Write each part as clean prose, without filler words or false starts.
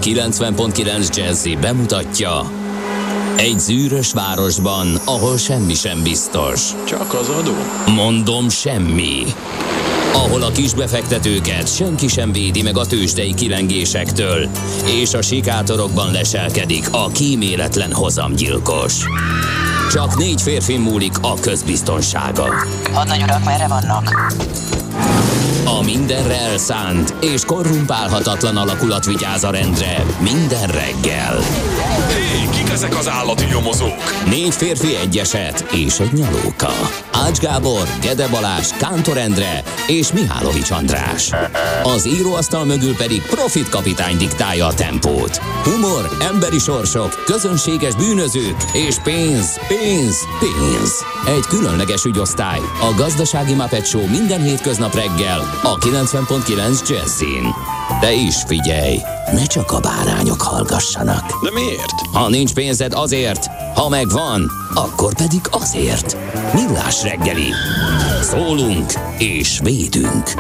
90.9 Jazzy bemutatja: egy zűrös városban, ahol semmi sem biztos. Csak az adó? Mondom, semmi. Ahol a kisbefektetőket senki sem védi meg a tőzsdei kilengésektől, és a sikátorokban leselkedik a kíméletlen hozamgyilkos. Csak 4 férfi múlik a közbiztonsága. Hadnagy urak, merre vannak? A mindenre elszánt és korrumpálhatatlan alakulat vigyáz a rendre minden reggel. Hé, kik ezek az állati nyomozók? 4 férfi, egy eset és egy nyalóka. Ács Gábor, Gede Balázs, Kántor Endre és Mihálovics András. Az íróasztal mögül pedig Profit kapitány diktálja a tempót. Humor, emberi sorsok, közönséges bűnözők és pénz, pénz, pénz. Egy különleges ügyosztály, a Gazdasági Muppet Show minden hétköznap reggel a 90.9 Jazzin. De is figyelj, ne csak a bárányok hallgassanak. De miért? Ha nincs pénzed, azért, ha megvan, akkor pedig azért. Millás reggeli. Szólunk és védünk.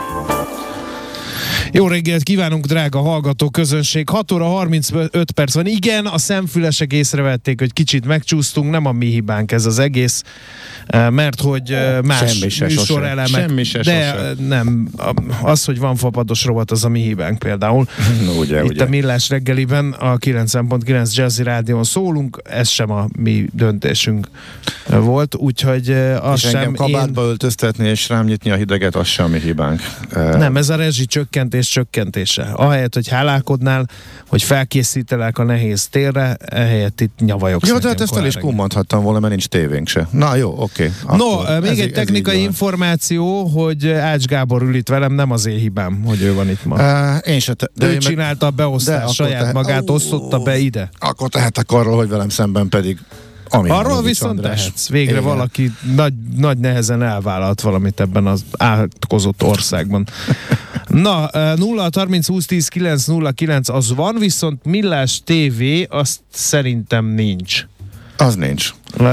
Jó reggelt kívánunk, drága hallgató közönség. 6 óra 35 perc van. Igen, a szemfülesek észrevették, hogy kicsit megcsúsztunk, nem a mi hibánk ez az egész, mert hogy más műsorelemek. De nem, az, hogy van fapados rovat, az a mi hibánk például. Itt a Millás reggeliben, a 90.9 Jazzy Rádión szólunk, ez sem a mi döntésünk volt, úgyhogy az és sem engem kabátba öltöztetni és rám nyitni a hideget, az sem a mi hibánk. Nem, ez a csökkentése. Ahelyett, hogy hálálkodnál, hogy felkészítelek a nehéz térre, ehelyett itt nyavajogsz. Jó, de hát ezt el is kummanthattam volna, mert nincs tévénk se. Na jó, oké. Még egy technikai információ, hogy Ács Gábor ül itt velem, nem az én hibám, hogy ő van itt ma. Én se. Ő csinálta a beosztást, saját magát osztotta be ide. Akkor tehetek arról, hogy velem szemben pedig arról viszont tehetsz. Végre igen. Valaki nagy nehezen elvállalt valamit ebben az átkozott országban. Na, 0-30-20-10-9-09 az van, viszont Millás TV azt szerintem nincs. Az nincs.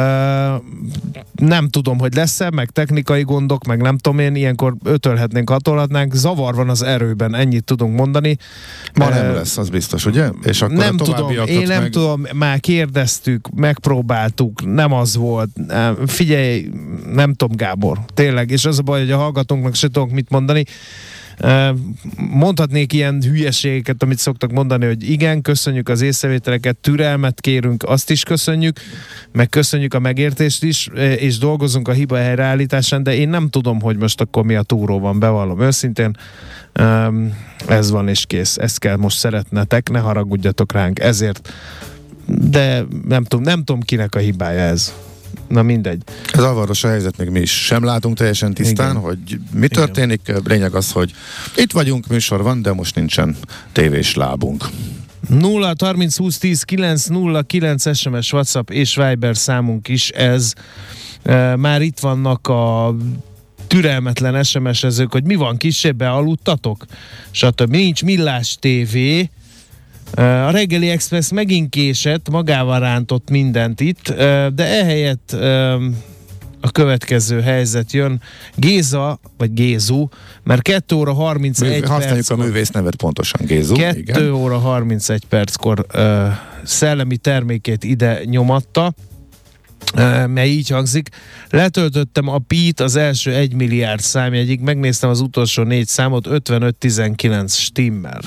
Nem tudom, hogy lesz-e, meg technikai gondok, meg nem tudom én, ilyenkor ötölhetnénk, hatolhatnánk. Zavar van az erőben, ennyit tudunk mondani. Ma nem lesz, az biztos, ugye? És akkor nem tudom, én nem tudom, már kérdeztük, megpróbáltuk, nem az volt. Figyelj, nem tudom, Gábor, tényleg, és az a baj, hogy a hallgatónknak se tudok mit mondani. Mondhatnék ilyen hülyeségeket, amit szoktak mondani, hogy igen, köszönjük az észrevételeket, türelmet kérünk, azt is köszönjük, meg köszönjük a megértést is, és dolgozunk a hiba helyreállításán, de én nem tudom, hogy most akkor mi a túró van, bevallom őszintén. Ez van és kész. Ezt kell most szeretnetek, ne haragudjatok ránk ezért. De nem tudom kinek a hibája ez. Na mindegy. Ez zavaros a helyzet, még mi is sem látunk teljesen tisztán, igen. Hogy mi történik. Igen. Lényeg az, hogy itt vagyunk, műsor van, de most nincsen tévés lábunk. 0-30-20-10-9-09 SMS, WhatsApp és Viber számunk is ez. Már itt vannak a türelmetlen SMS-ezők, hogy mi van, kisebben aludtatok? Stb. Nincs Millás TV. A Reggeli Express megint késett, magával rántott mindent itt, de ehelyett a következő helyzet jön. Géza, vagy Gézu, mert 2 óra 31 perc. Használjuk a művész nevet pontosan, Gézu. 2 igen. óra 31 perckor szellemi termékét ide nyomatta, mely így hangzik. Letöltöttem a Pít az első 1 milliárd számjegyig, megnéztem az utolsó 4 számot, 55-19 stimmel.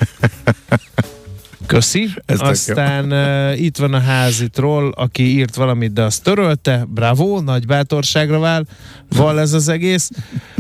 Köszi. Aztán itt van a házitról, aki írt valamit, de azt törölte. Bravo, nagy bátorságra val ez az egész.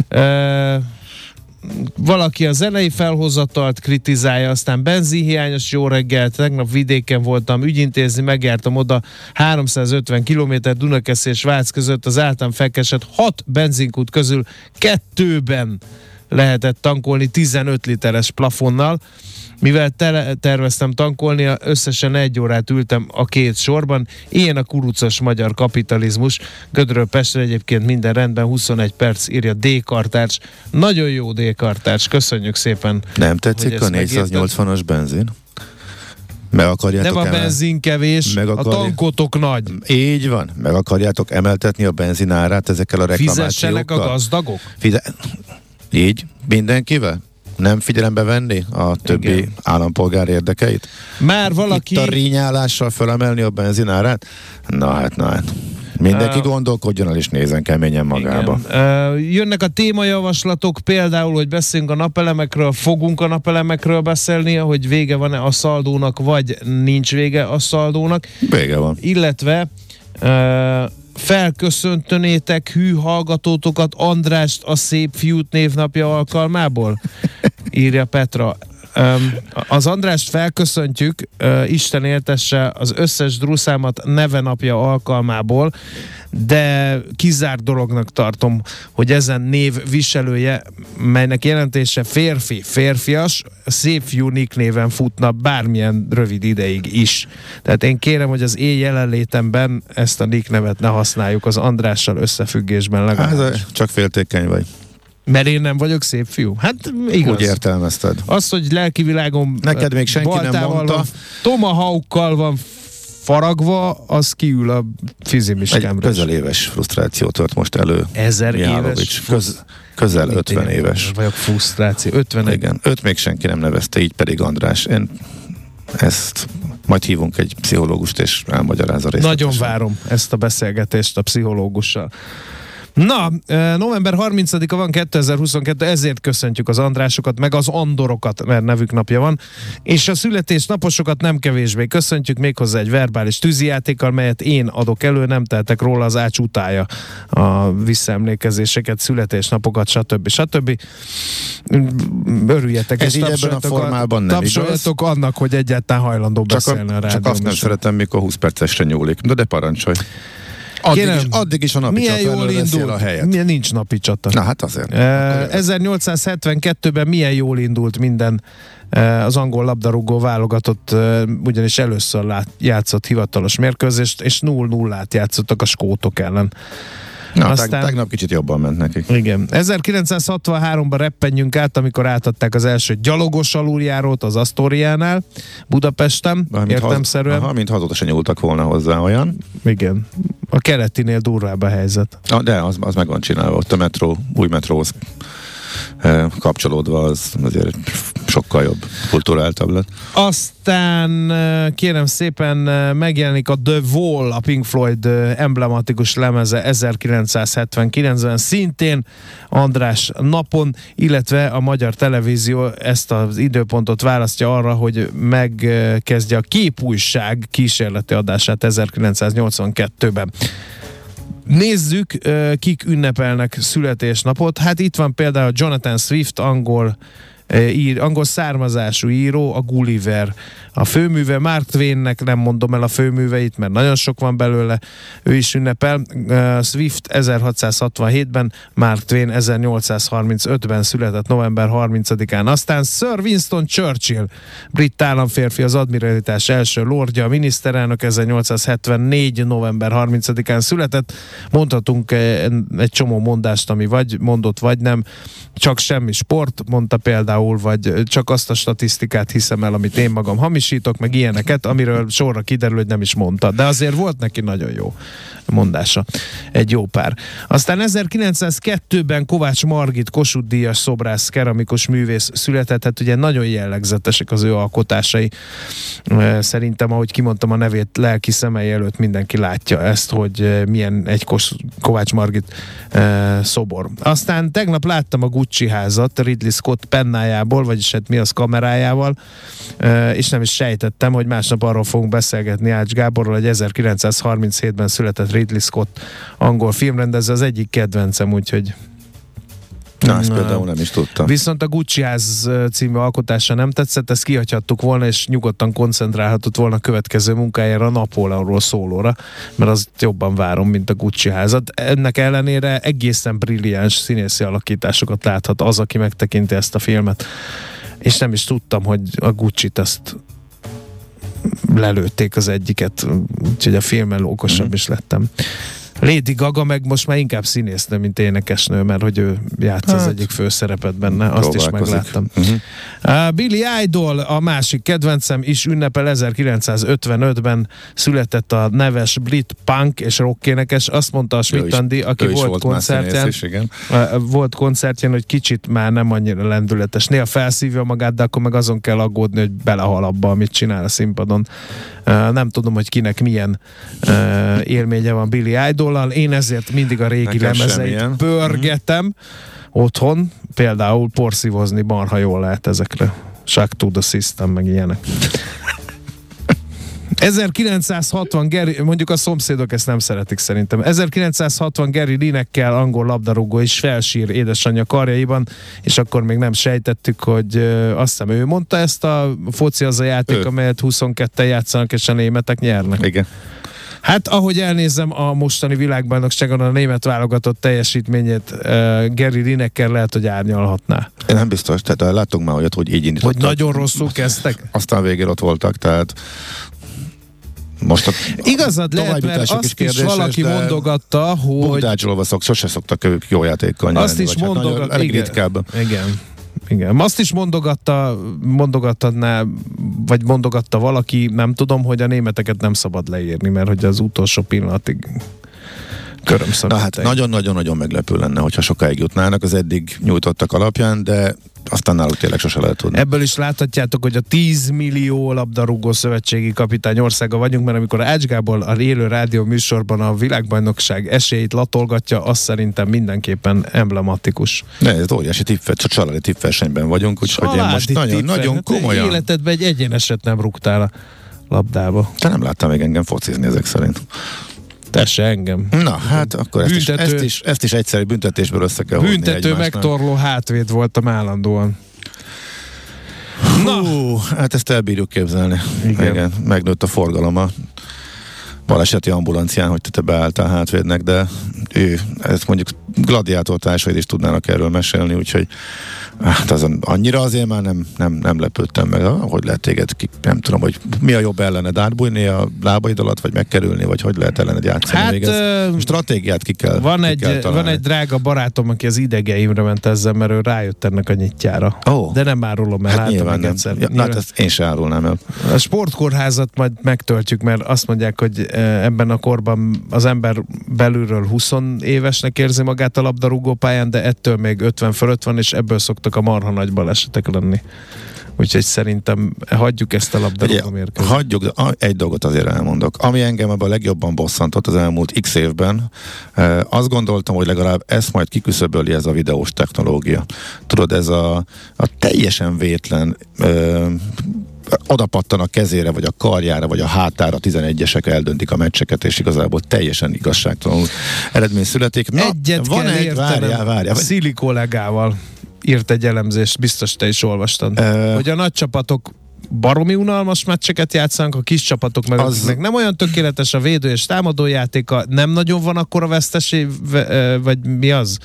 Valaki a zenei felhozatalt kritizálja, aztán benzinhiányos jó reggel, tegnap vidéken voltam ügyintézni, megjártam oda 350 km Dunakeszi és Vác között, az általán felkeresett 6 benzinkút közül 2-ben lehetett tankolni 15 literes plafonnal. Mivel terveztem tankolni, összesen 1 órát ültem a 2 sorban. Ilyen a kurucos magyar kapitalizmus. Gödről Pestre egyébként minden rendben, 21 perc, írja D-kartárs. Nagyon jó D-kartárs, köszönjük szépen. Nem tetszik a 480-as benzin? Meg akarjátok nem a benzin kevés, a tankotok nagy. Így van, meg akarjátok emeltetni a benzin árát ezekkel a reklamációkkal? Fizessenek a gazdagok? Így, mindenkivel? nem figyelembe venni a többi állampolgár érdekeit? Már valaki... Itt a rínyálással fölemelni a benzinárát? Na hát. Mindenki gondolkodjon el és nézzen keményen magába. Jönnek a témajavaslatok, például, hogy beszélünk a napelemekről, fogunk a napelemekről beszélni, hogy vége van-e a szaldónak, vagy nincs vége a szaldónak. Vége van. Illetve felköszöntönétek hű hallgatótokat Andrást a Szép Fiút névnapja alkalmából? Írja Petra. Az Andrást felköszöntjük, Isten éltesse az összes druszámat neve napja alkalmából, de kizárt dolognak tartom, hogy ezen név viselője, melynek jelentése férfias, Szép Fiú néven futna bármilyen rövid ideig is. Tehát én kérem, hogy az én jelenlétemben ezt a nevet ne használjuk az Andrással összefüggésben legalább. Csak féltékeny vagy. Mert én nem vagyok szép fiú. Hát igaz. Úgy értelmezted. Az, hogy lelki világom neked még senki nem mondta. Tomahawkkal van faragva, az kiül a fizimiskámra. Egy közeléves frusztráció tört most elő. 1000 éves? Közel 50 éves. Vagyok frusztráció. 50 Igen, őt még senki nem nevezte, így pedig András. Ezt majd hívunk egy pszichológust, és elmagyarázza részletesen. Nagyon várom ezt a beszélgetést a pszichológussal. Na, november 30-a van 2022, ezért köszöntjük az Andrásokat, meg az Andorokat, mert nevük napja van, és a születésnaposokat nem kevésbé köszöntjük, méghozzá egy verbális tűzijátékkal, melyet én adok elő, nem tehetek róla, az Ács utálja a visszaemlékezéseket, születésnapokat, stb. Örüljetek, ez így ebben a formában nem tapsoljatok annak, hogy egyáltalán hajlandó beszélni a rádióban. Csak azt nem szeretem, mikor 20 percesre nyúlik, de parancsolj. Addig is a napi milyen csata elől veszel a helyet. Milyen nincs napi csata. Na hát azért. 1872-ben milyen jól indult minden az angol labdarúgó válogatott, ugyanis először játszott hivatalos mérkőzést, és 0-0-át játszottak a skótok ellen. Na, aztán tegnap kicsit jobban ment nekik. Igen. 1963-ban reppenjünk át, amikor átadták az első gyalogos aluljárót az Asztóriánál, Budapesten, értelemszerűen. Mint azóta se nyúltak volna hozzá olyan. Igen. A keletinél durvább a helyzet. De az meg van csinálva. Ott a új metróhoz kapcsolódva az azért sokkal jobb, kulturáltabb lett. Aztán kérem szépen megjelenik a The Wall, a Pink Floyd emblematikus lemeze 1979-ben, szintén András napon, illetve a Magyar Televízió ezt az időpontot választja arra, hogy megkezdje a Képújság kísérleti adását 1982-ben. Nézzük, kik ünnepelnek születésnapot. Hát itt van például Jonathan Swift, angol származású író, a Gulliver a főműve. Mark Twainnek nem mondom el a főműveit, mert nagyon sok van belőle, ő is ünnepel. Swift 1667-ben, Mark Twain 1835-ben született november 30-án. Aztán Sir Winston Churchill, brit államférfi, az admiralitás első lordja, a miniszterelnök 1874. november 30-án született. Mondhatunk egy csomó mondást, ami vagy mondott, vagy nem. Csak semmi sport, mondta például, vagy csak azt a statisztikát hiszem el, amit én magam hamisítok, meg ilyeneket, amiről sorra kiderül, hogy nem is mondta. De azért volt neki nagyon jó mondása. Egy jó pár. Aztán 1902-ben Kovács Margit Kossuth-díjas szobrász, keramikus művész született, hát ugye nagyon jellegzetesek az ő alkotásai. Szerintem, ahogy kimondtam a nevét, lelki szemei előtt mindenki látja ezt, hogy milyen egy Kovács Margit szobor. Aztán tegnap láttam a Gucci házat Ridley Scott pennájából, vagyis hát mi az, kamerájával, és nem is sejtettem, hogy másnap arról fogunk beszélgetni Ács Gáborról, hogy 1937-ben született Ridley Scott angol filmrendező, az egyik kedvencem, úgyhogy na, ezt például nem is tudtam. Viszont a Gucci ház című alkotása nem tetszett, ezt kihagyhattuk volna, és nyugodtan koncentrálhatott volna a következő munkájára, a Napóleonról szólóra, mert az jobban várom, mint a Gucci házat. Ennek ellenére egészen brilliáns színészi alakításokat láthat az, aki megtekinti ezt a filmet. És nem is tudtam, hogy a Gucci-t ezt lelőtték az egyiket, úgyhogy a filmmel okosabb is lettem. Lady Gaga meg most már inkább színésznő, mint énekesnő, mert hogy ő játsz az egyik főszerepet benne, azt is megláttam. Billy Idol, a másik kedvencem is ünnepel. 1955-ben született a neves brit punk és rockénekes. Azt mondta a Schmidt-Andi, aki volt koncertjén, hogy kicsit már nem annyira lendületes. Néha felszívja magát, de akkor meg azon kell aggódni, hogy belehal abba, amit csinál a színpadon. Nem tudom, hogy kinek milyen élménye van Billy Idollal. Én ezért mindig a régi lemezeit pörgetem otthon, például porszívozni marha jól lehet ezekre. Shock to the System, meg ilyenek. 1960 Gary, mondjuk a szomszédok ezt nem szeretik szerintem. 1960 Gary Lineker, angol labdarúgó is felsír édesanyja karjaiban, és akkor még nem sejtettük, hogy azt hiszem ő mondta ezt, a foci az a játék, amelyet 22-en játszanak, és a németek nyernek. Igen. Hát ahogy elnézem a mostani világbajnokságon a német válogatott teljesítményét, Gary Lineker lehet, hogy árnyalhatná. Én nem biztos, tehát látunk már olyat, hogy így indítottak. Hogy nagyon rosszul kezdtek? Aztán végén ott voltak, tehát most igazad lehet, mert azt is valaki mondogatta, hogy... Bogdácsolva sose szoktak ők jó játékkal nyerni. Azt is mondogatta, igen. Azt is mondogatta valaki, nem tudom, hogy a németeket nem szabad leírni, mert hogy az utolsó pillanatig körömszakadtak. Na hát nagyon-nagyon-nagyon meglepő lenne, hogyha sokáig jutnának az eddig nyújtottak alapján, de aztán náluk tényleg sose lehet tudni. Ebből is láthatjátok, hogy a 10 millió labdarúgó szövetségi kapitány országa vagyunk, mert amikor Ács Gábor a élő rádió műsorban a világbajnokság esélyét latolgatja, az szerintem mindenképpen emblematikus. Ne, ez óriási családi tippversenyben vagyunk, úgyhogy én most nagyon komolyan... Életedben egy egyeneset nem rúgtál a labdába. Te nem láttál még engem focizni ezek szerint. Te se engem. Na, hát akkor ezt is egyszerű büntetésből össze kell hozni egymásnak. Büntető megtorló hátvéd voltam állandóan. Hát ezt elbírjuk képzelni. Igen. Megnőtt a forgalom baleseti ambulancián, hogy te beálltál hátvédnek, de ezt mondjuk gladiátor társaid is tudnának erről mesélni, úgyhogy hát annyira azért már nem lepődtem meg, hogy lehet téged, nem tudom, hogy mi a jobb ellened átbújni a lábaid alatt, vagy megkerülni, vagy hogy lehet ellened játszani. Hát, még ez stratégiát ki kell találni. Van egy drága barátom, aki az idegeimre ment ezzel, mert ő rájött ennek a nyitjára. De nem árulom el, hát látom még egyszer. Hát ezt én se árulnám el. A sportkórházat majd megtöltjük, mert azt mondják, hogy ebben a korban az ember belülről 20 évesnek érzi magát a labdarúgópályán, de ettől még 50 fölött van, és ebből szoktak a marha nagy balesetek lenni. Úgyhogy szerintem hagyjuk ezt a labdarúgó mérkőzést. Hagyjuk, de egy dolgot azért elmondok. Ami engem ebben a legjobban bosszantott az elmúlt x évben, azt gondoltam, hogy legalább ezt majd kiküszöböli ez a videós technológia. Tudod, ez a teljesen vétlen odapattan a kezére, vagy a karjára, vagy a hátára 11-esek eldöntik a meccseket, és igazából teljesen igazságtalanul eredmény születik. Na, egyet kell értenem, várjál. Szili kollégával írt egy elemzést, biztos te is olvastad, hogy a nagy csapatok baromi unalmas meccseket játszanak, a kis csapatok meg nem olyan tökéletes a védő és támadójátéka, nem nagyon van akkora veszteség, vagy mi az?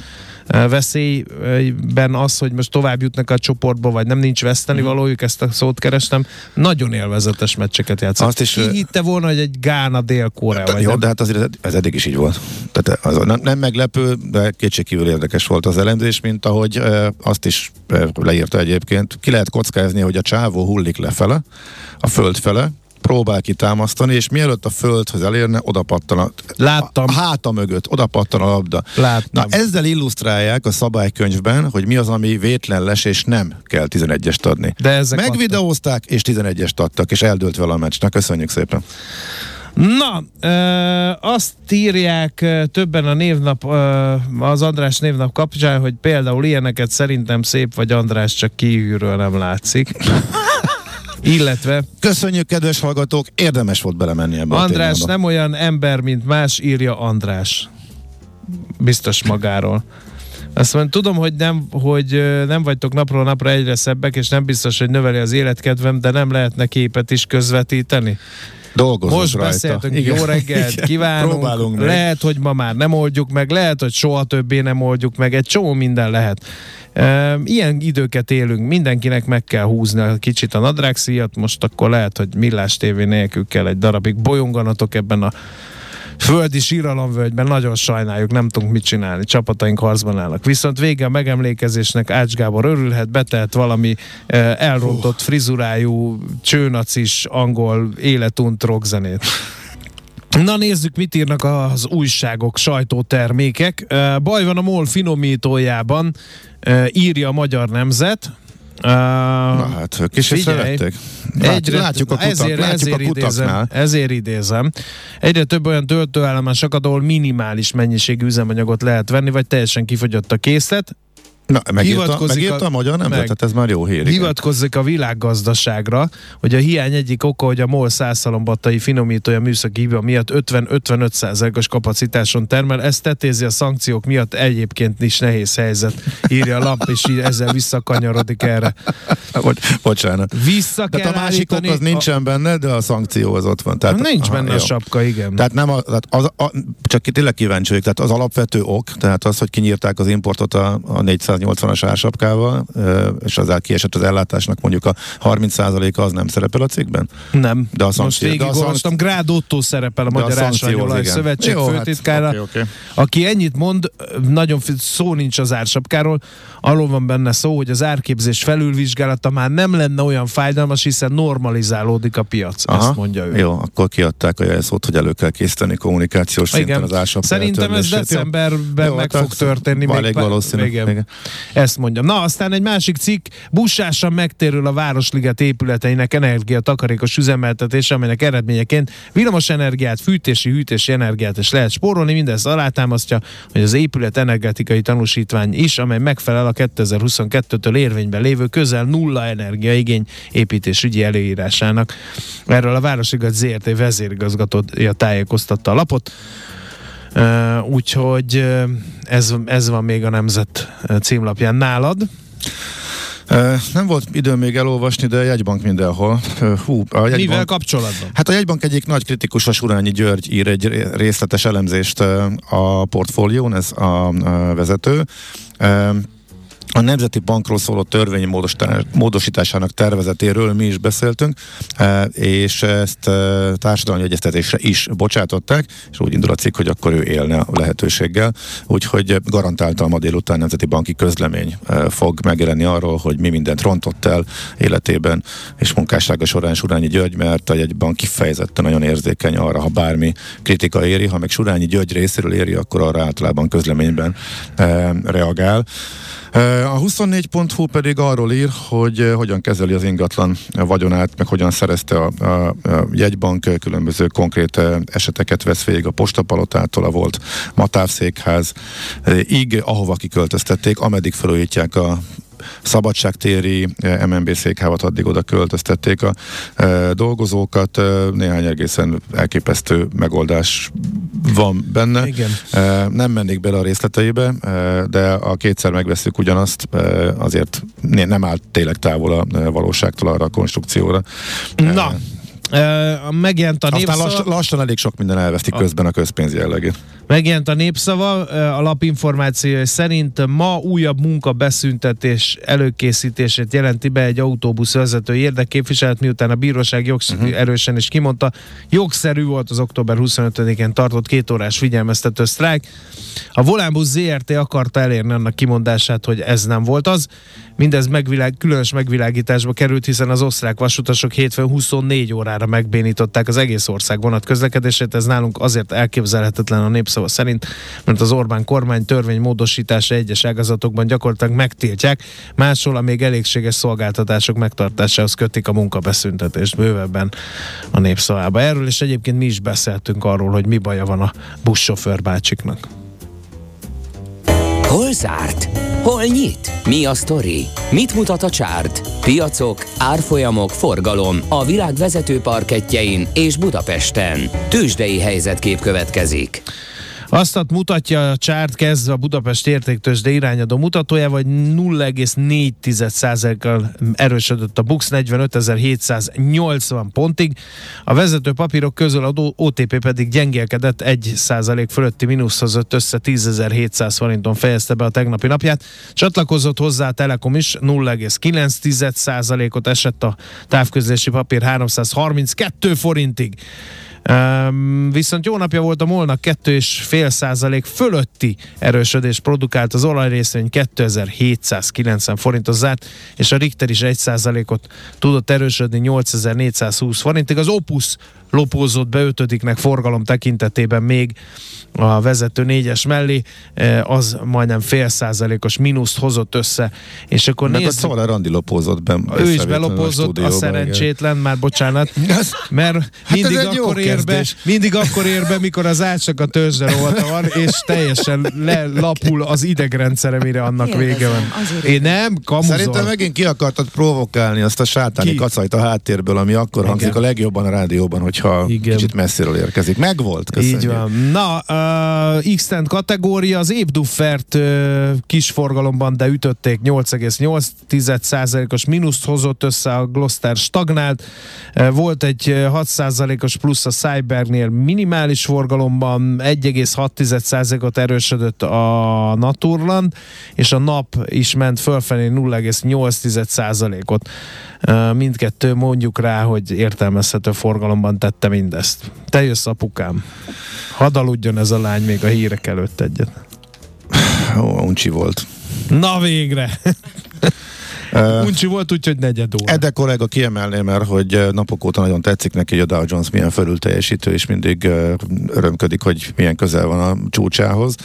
Veszélyben az, hogy most tovább jutnak a csoportba, vagy nem nincs veszteni valójuk, ezt a szót kerestem. Nagyon élvezetes meccseket játszott. Ki hitte volna, hogy egy Gána Dél-Korea? Jó, de hát azért ez eddig is így volt. Tehát az nem meglepő, de kétségkívül érdekes volt az elemzés, mint ahogy azt is leírta egyébként. Ki lehet kockázni, hogy a csávó hullik lefele, a föld fele, próbál kitámasztani, és mielőtt a földhöz elérne, odapattan a háta mögött, odapattan a labda. Láttam. Na, ezzel illusztrálják a szabálykönyvben, hogy mi az, ami vétlenles, és nem kell 11-est adni. Megvideózták, és 11-est adtak, és eldőlt vele a meccs. Na, köszönjük szépen. Na, azt írják többen a névnap, az András névnap kapcsán, hogy például ilyeneket szerintem szép vagy András, csak kívülről nem látszik. Illetve... Köszönjük, kedves hallgatók, érdemes volt belemenni ebbe András a témába. Nem olyan ember, mint más, írja András. Biztos magáról. Azt mondja, tudom, hogy nem vagytok napról napra egyre szebbek, és nem biztos, hogy növeli az életkedvem, de nem lehetne képet is közvetíteni. Dolgozunk most rajta. Beszéltünk, jó reggelt kívánunk, lehet, hogy ma már nem oldjuk meg, lehet, hogy soha többé nem oldjuk meg, egy csomó minden lehet. Ilyen időket élünk, mindenkinek meg kell húzni kicsit a nadrágszíjat, most akkor lehet, hogy Millás TV nélkül kell egy darabig bolyonganatok ebben a földi síralomvölgyben nagyon sajnáljuk, nem tudunk mit csinálni, csapataink harcban állnak. Viszont vége a megemlékezésnek, Ács Gábor örülhet, betelt valami elrontott frizurájú, csőnacis, angol életunt rockzenét. Na nézzük, mit írnak az újságok, sajtótermékek. Baj van a MOL finomítójában, írja a Magyar Nemzet. Na hát, ők is szerették. Látjuk a kutaknál. Ezért idézem. Egyre több olyan töltőállomás akad, ahol minimális mennyiségű üzemanyagot lehet venni, vagy teljesen kifogyott a készlet. Na, megírta a Magyar Nemzetet, ez már jó hír. Hivatkozik a világgazdaságra, hogy a hiány egyik oka, hogy a MOL százszalombattai finomítója műszaki hiba miatt 50-55%-os kapacitáson termel. Ez tetézi a szankciók miatt egyébként is nehéz helyzet, írja a lap, és így ezzel visszakanyarodik erre. Bocsánat. Vissza kell tehát a másik ok az nincsen benne, de a szankció az ott van. Tehát, nincs benne a sapka, igen. Tehát nem csak tényleg kíváncsi vagyok, tehát az alapvető ok, tehát az, hogy kinyírták az importot a 480-as ársapkával, és azzal kiesett az ellátásnak mondjuk a 30%-a, az nem szerepel a cikkben? Nem. De a most végigolvastam, Grád Ottó szerepel a Magyar Ásványolaj Szövetség főtitkára, okay. Aki ennyit mond, nagyon szó nincs az ársapkáról, arról van benne szó, hogy az árképzés felülvizsgálata már nem lenne olyan fájdalmas, hiszen normalizálódik a piac. Aha, ezt mondja ő. Jó, akkor kiadták a jelszót, hogy elő kell készíteni kommunikációs szinten az ársapka. Szerintem ez decemberben meg fog történni. Elég valószínű. Igen. Ezt mondja. Na, aztán egy másik cikk, bussásan megtérül a Városliget épületeinek energiatakarékos üzemeltetése, amelynek eredményeként villamos energiát, fűtési, hűtési energiát is lehet spórolni. Mindez alátámasztja, hogy az épület energetikai tanúsítvány is, amely megfelel a 2022-től érvényben lévő közel nulla energiaigény építésügyi előírásának. Erről a Városliget ZRT vezérigazgatója tájékoztatta a lapot. Úgyhogy ez van még a Nemzet címlapján. Nálad? Nem volt időm még elolvasni, de a jegybank mindenhol. Mivel kapcsolatban? Hát a jegybank egyik nagy kritikus, a Surányi György ír egy részletes elemzést a portfólión, ez a vezető. A Nemzeti Bankról szóló törvényi módosításának tervezetéről mi is beszéltünk, és ezt társadalmi egyeztetésre is bocsátották, és úgy indul a cikk, hogy akkor ő élne a lehetőséggel. Úgyhogy garantáltan ma délután Nemzeti Banki közlemény fog megjelenni arról, hogy mi mindent rontott el életében és munkássága során Surányi György, mert a jegybank kifejezetten nagyon érzékeny arra, ha bármi kritika éri, ha meg Surányi György részéről éri, akkor arra általában közleményben reagál. A 24.hu pedig arról ír, hogy hogyan kezeli az ingatlan vagyonát, meg hogyan szerezte a jegybank, különböző konkrét eseteket vesz végig a Postapalotától, a volt Matávszékház, így ahova kiköltöztették, ameddig felújítják a szabadságtéri MNB székhávat, addig oda költöztették a dolgozókat. Néhány egészen elképesztő megoldás van benne. Igen. Nem mennék bele a részleteibe, de a kétszer megveszük ugyanazt, azért nem állt tényleg távol a valóságtól arra a konstrukcióra. Na, megjelent a Népszava. Aztán lassan elég sok minden elvesztik közben a közpénz jellegét. Megjelent a Népszava, a lapinformációja szerint ma újabb munkabeszüntetés előkészítését jelenti be egy autóbuszvezető érdekképviselet, miután a bíróság erősen is kimondta, jogszerű volt az október 25-én tartott 2 órás figyelmeztető sztrájk. A Volánbusz ZRT akarta elérni annak kimondását, hogy ez nem volt az. Mindez különös megvilágításba került, hiszen az osztrák vasutasok hétfőn 24 órára megbénították az egész ország vonatközlekedését. Ez nálunk azért elképzelhetetlen a Népszava szerint, mert az Orbán kormány törvény módosítása egyes ágazatokban gyakorlatilag megtiltják, máshol a még elégséges szolgáltatások megtartásához kötik a munkabeszüntetést bővebben a Népszavába. Erről és egyébként mi is beszéltünk arról, hogy mi baja van a buszsofőr bácsiknak. Hol zárt? Hol nyit? Mi a sztori? Mit mutat a csárt? Piacok, árfolyamok, forgalom a világ vezető parkettjein és Budapesten. Tőzsdei helyzetkép következik. Azt mutatja a csárt, kezdve a Budapest értéktőzsde irányadó mutatója, vagy 0,4%-kal erősödött a BUX 45.780 pontig. A vezető papírok közül az OTP pedig gyengélkedett, 1% fölötti mínuszhoz jött össze, 10.700 forinton fejezte be a tegnapi napját. Csatlakozott hozzá a Telekom is, 0,9%-ot esett, a távközlési papír 332 forintig Viszont jó napja volt a MOL-nak, 2,5% fölötti erősödés produkált, az olajrészvény 2790 forintos zárt, és a Richter is 1%-ot tudott erősödni 8420 forintig. Az Opus lopózott be 5-nek forgalom tekintetében még a vezető 4-es mellé, az majdnem 0,5%-os mínuszt hozott össze, és akkor meg nézzük. Meg a Szoller Andi lopózott be. Ő is belopózott, a szerencsétlen, már bocsánat, mert mindig akkor ér be, mikor az csak a tőzsde rovata van, és teljesen lelapul az idegrendszere, mire annak vége van. Én nem kamuzol. Szerintem megint ki akartad provokálni azt a sátáni kacajt a háttérből, ami akkor hangzik a legjobban a rádióban, hogyha kicsit messziről érkezik. Megvolt, köszönjük. Így van. Na, X-Tent kategória, az Ébduffert kis forgalomban, de ütötték, 8,8%-os mínuszt hozott össze, a Gloster stagnált, volt egy 6%-os plusz a Cybernél minimális forgalomban, 1,6%-ot erősödött a Naturland, és a NAP is ment fölfelé 0,8%-ot. Mindkettő mondjuk rá, hogy értelmezhető forgalomban tette mindezt. Te jössz, apukám. Hadd aludjon ez a lány még a hírek előtt egyet. Uncsi volt. Na végre! Uncsi volt, úgyhogy negyed óra. Ede kollega kiemelné, mert hogy napok óta nagyon tetszik neki, hogy a Dow Jones milyen fölülteljesítő, és mindig örömködik, hogy milyen közel van a csúcsához.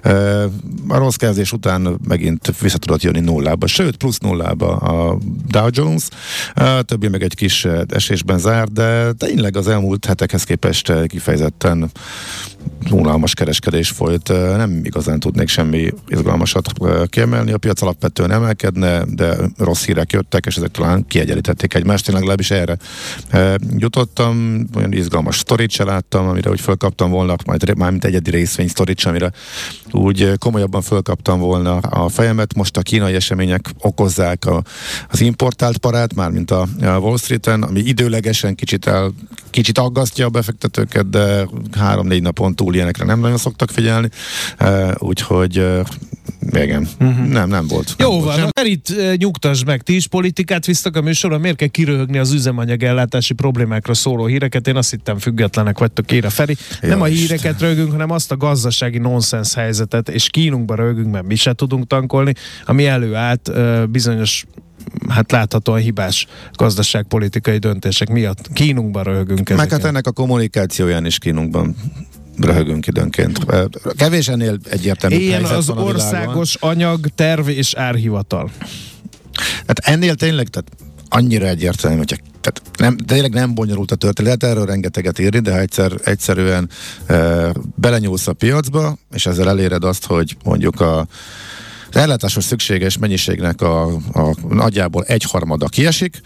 A rossz kezdés után megint vissza tudott jönni nullába, sőt plusz nullába a Dow Jones, többi meg egy kis esésben zár, de tényleg az elmúlt hetekhez képest kifejezetten unalmas kereskedés folyt, nem igazán tudnék semmi izgalmasat kiemelni, a piac alapvetően emelkedne, de rossz hírek jöttek, és ezek talán kiegyenlítették egymást, én legalábbis erre jutottam, olyan izgalmas sztorit se láttam, amire úgy fölkaptam volna, mármint egyedi részvény sztorit, amire úgy komolyabban fölkaptam volna a fejemet. Most a kínai események okozzák az importált parát, mármint a Wall Streeten, ami időlegesen kicsit aggasztja a befektetőket, de 3-4 napon túl ilyenekre nem nagyon szoktak figyelni, úgyhogy igen, nem volt. Jó van, itt nyugtass meg, ti is politikát visztek a műsorban, miért kell kiröhögni az üzemanyagellátási problémákra szóló híreket? Én azt hittem, függetlenek vagytok, ére Feri. Nem a híreket röhögünk, hanem azt a gazdasági nonsens helyzetet, és kínunkba röhögünk, mert mi se tudunk tankolni, ami előállt bizonyos, hát láthatóan hibás gazdaságpolitikai döntések miatt. Kínunkban röhögünk ezeken. Meg hát ennek a kommunikációján is kínunkban röhögünk időnként. Kevés ennél egyértelmű ilyen az országos anyag, terv és árhivatal. Hát ennél tényleg annyira egyértelmű, hogy tényleg nem bonyolult a történet, erről rengeteget írni, de ha egyszerűen belenyúlsz a piacba, és ezzel eléred azt, hogy mondjuk az ellátáshoz szükséges mennyiségnek a nagyjából 1/3 kiesik,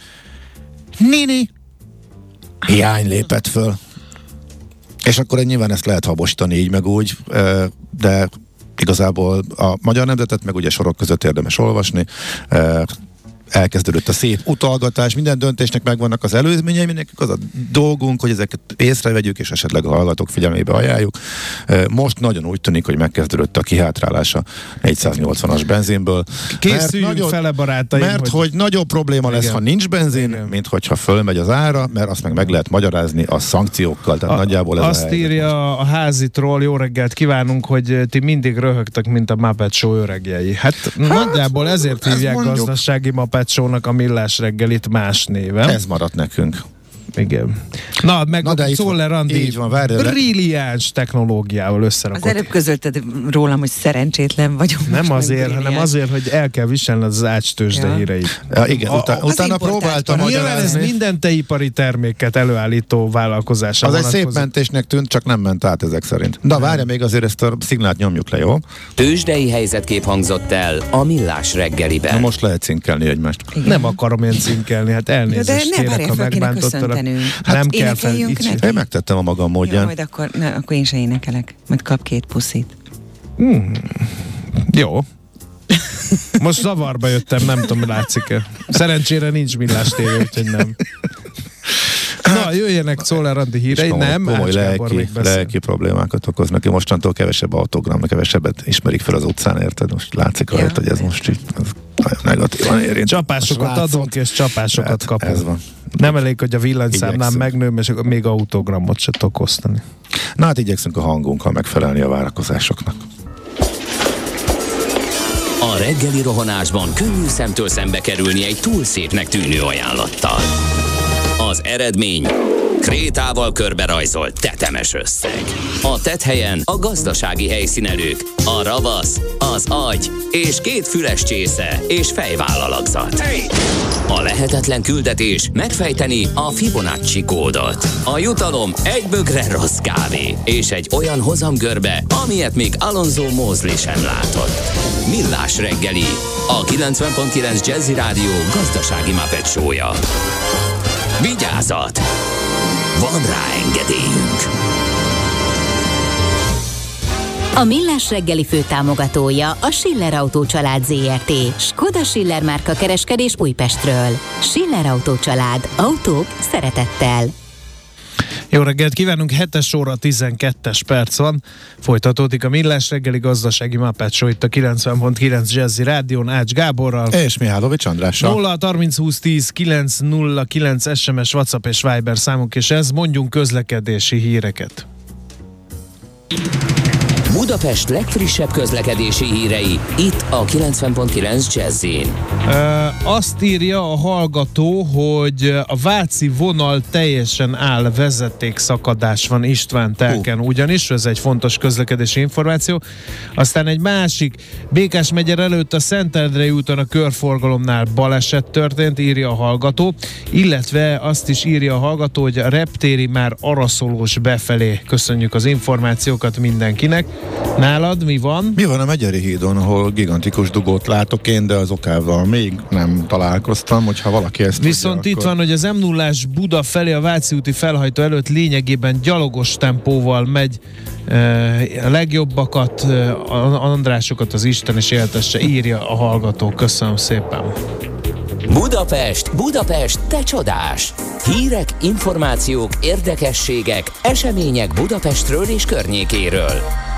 hiány lépett föl. És akkor nyilván ezt lehet habosítani így meg úgy, de igazából a Magyar Nemzetet meg ugye sorok között érdemes olvasni, elkezdődött a szép utalgatás, minden döntésnek megvannak az előzményei, mindenkinek az a dolgunk, hogy ezeket észrevegyük, és esetleg a hallgatók figyelmébe ajánljuk. Most nagyon úgy tűnik, hogy megkezdődött a kihátrálása 480-as benzinből. Készüljünk fele, barátaim. Mert hogy nagyobb probléma lesz, ha nincs benzin, mint hogyha fölmegy az ára, mert azt meg lehet magyarázni a szankciókkal. Tehát nagyjából ez azt írja a házitról, jó reggelt kívánunk, hogy ti mindig röhögtök, mint a Muppet Show öregjei. Hát nagyjából ezért hívják gazdasági Muppet Show-nak a Millás reggelit más néven. Ez maradt nekünk. Igen. Meg a Szoller Andi brilliáns technológiával összerakott. Az előbb közölted rólam, hogy szerencsétlen vagyok. Nem azért, hanem azért, hogy el kell viselned az ácstőzsde híreit. Ja, igen, utána próbáltam magyarázni. Nyilván ez minden teipari terméket előállító vállalkozása. Az egy szép mentésnek tűnt, csak nem ment át ezek szerint. De várja, még azért ezt a szignált nyomjuk le, jó? Tőzsdei helyzetkép hangzott el a Millás reggeliben. Na most lehet cinkelni egymást. Igen. Nem akarom én cinkelni, hát elnézést kérek, ha megbántottalak. Hát nem kell én megtettem a magam módján. Jó, majd akkor én se énekelek. Majd kap 2 puszit. Jó. Most zavarba jöttem, nem tudom, látszik-e. Szerencsére nincs Millás tévé, úgyhogy nem. Na, jöjjenek Szoller Andi hírei, nem? Komoly lelki problémákat okoz neki. Mostantól kevesebb autogram, kevesebbet ismerik fel az utcán, érted? Most látszik rajta, hogy ez most így nagyon negatívan érint. Csapásokat adunk, és csapásokat kapunk. Ez van. Nem elég, hogy a villanyszámnál Igyekszünk. megnőm, és még autogramot se tudok osztani. Na hát igyekszünk a hangunkkal megfelelni a várakozásoknak. A reggeli rohanásban könnyű szemtől szembe kerülni egy túl szépnek tűnő ajánlattal. Az eredmény krétával körberajzolt tetemes összeg. A tetthelyen a gazdasági helyszínelők, a ravasz, az agy és 2 füles csésze és fejvállalakzat. A lehetetlen küldetés megfejteni a Fibonacci kódot. A jutalom egy bögre rossz kávé és egy olyan hozamgörbe, amilyet még Alonso Mosley sem látott. Millás reggeli, a 90.9 Jazzy Rádió gazdasági Muppet show-ja. Vigyázat! Van rá engedélyünk! A Millás reggeli főtámogatója a Schiller Autó család ZRT. Skoda Schiller márka kereskedés Újpestről. Schiller Autó család. Autók szeretettel. Jó reggelt kívánunk, 7 óra 12 perc van. Folytatódik a Millás reggeli gazdasági Muppet show itt a 90.9 Jazzy Rádión Ács Gáborral. És Mihálovics Andrással. 0 30 20 10 909 SMS, WhatsApp és Viber számunk, és ez mondjunk közlekedési híreket. Budapest legfrissebb közlekedési hírei, itt a 90.9 Jazzyn. Azt írja a hallgató, hogy a váci vonal teljesen áll, vezetékszakadás van István telken, ugyanis ez egy fontos közlekedési információ. Aztán egy másik, Békás megyer előtt a Szentendrei úton a körforgalomnál baleset történt, írja a hallgató, illetve azt is írja a hallgató, hogy a reptéri már araszolós befelé. Köszönjük az információkat mindenkinek. Nálad mi van? Mi van a Megyeri hídon, ahol gigantikus dugót látok én, de az okával még nem találkoztam, hogyha valaki ezt Viszont tudja, itt van, hogy az M0-ás Buda felé a Váci úti felhajtó előtt lényegében gyalogos tempóval megy, a legjobbakat, Andrásokat az Isten is éltesse, írja a hallgató. Köszönöm szépen. Budapest, Budapest, te csodás! Hírek, információk, érdekességek, események Budapestről és környékéről.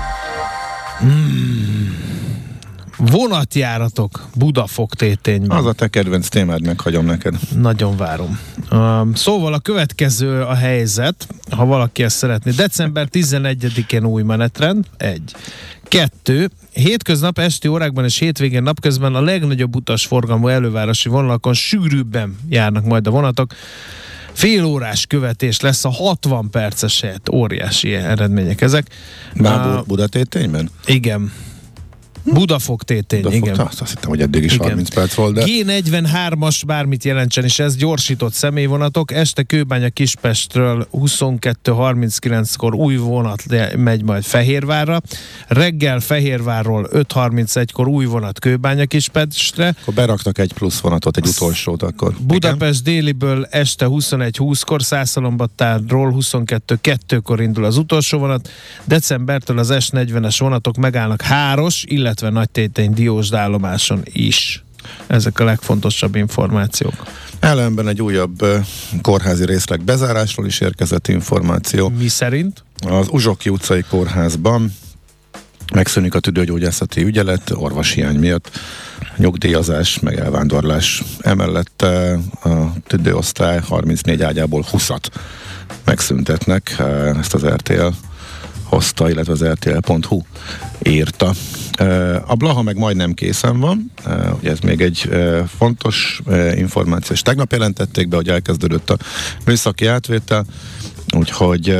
Vonatjáratok Budafok-Tétényben. Az a te kedvenc témád, meghagyom neked. Nagyon várom. Szóval a következő a helyzet, ha valaki ezt szeretné. December 11-én új menetrend, 1. 2. Hétköznap esti órákban és hétvégén napközben a legnagyobb utasforgalmú elővárosi vonalakon sűrűbben járnak majd a vonatok. Fél órás követés lesz a 60 perces helyett. Óriási eredmények ezek. Már Budatétényben? Igen. Budafok-Tétény, igen. Azt hittem, hogy eddig is igen. 30 perc volt, de... G43-as bármit jelentsen is ez, gyorsított személyvonatok. Este Kőbánya-Kispestről 22:39-kor új vonat megy majd Fehérvárra. Reggel Fehérvárról 5:31-kor új vonat Kőbánya-Kispestre. Akkor beraktak egy plusz vonatot, egy utolsót akkor. Budapest déliből este 21:20-kor, Szászhalombattárról 22:02-kor indul az utolsó vonat. Decembertől az S40-es vonatok megállnak Háros, illetve Nagytétény Diósd állomáson is. Ezek a legfontosabb információk. Ellenben egy újabb kórházi részleg bezárásról is érkezett információ. Mi szerint? Az Uzsoki utcai kórházban megszűnik a tüdőgyógyászati ügyelet orvoshiány miatt, nyugdíjazás, meg elvándorlás. Emellett a tüdőosztály 34 ágyából 20-at megszüntetnek, ezt az RTL hozta, illetve az RTL.hu írta. A Blaha meg majdnem készen van, ugye ez még egy fontos információ, és tegnap jelentették be, hogy elkezdődött a műszaki átvétel, úgyhogy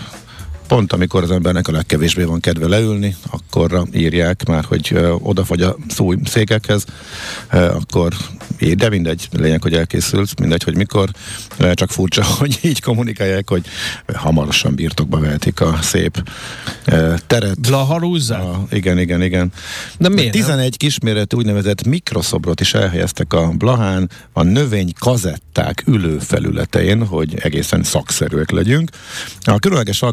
pont amikor az embernek a legkevésbé van kedve leülni, akkorra írják már, hogy odafagy a új székekhez, akkor de mindegy, lényeg, hogy elkészült, mindegy, hogy mikor, csak furcsa, hogy így kommunikálják, hogy hamarosan birtokba vehetik a szép teret. Blaharúzzák? Igen. De miért 11 kisméretű úgynevezett mikroszobrot is elhelyeztek a Blahán, a növény kazetták ülő felületein, hogy egészen szakszerűek legyünk. A különleges alkotások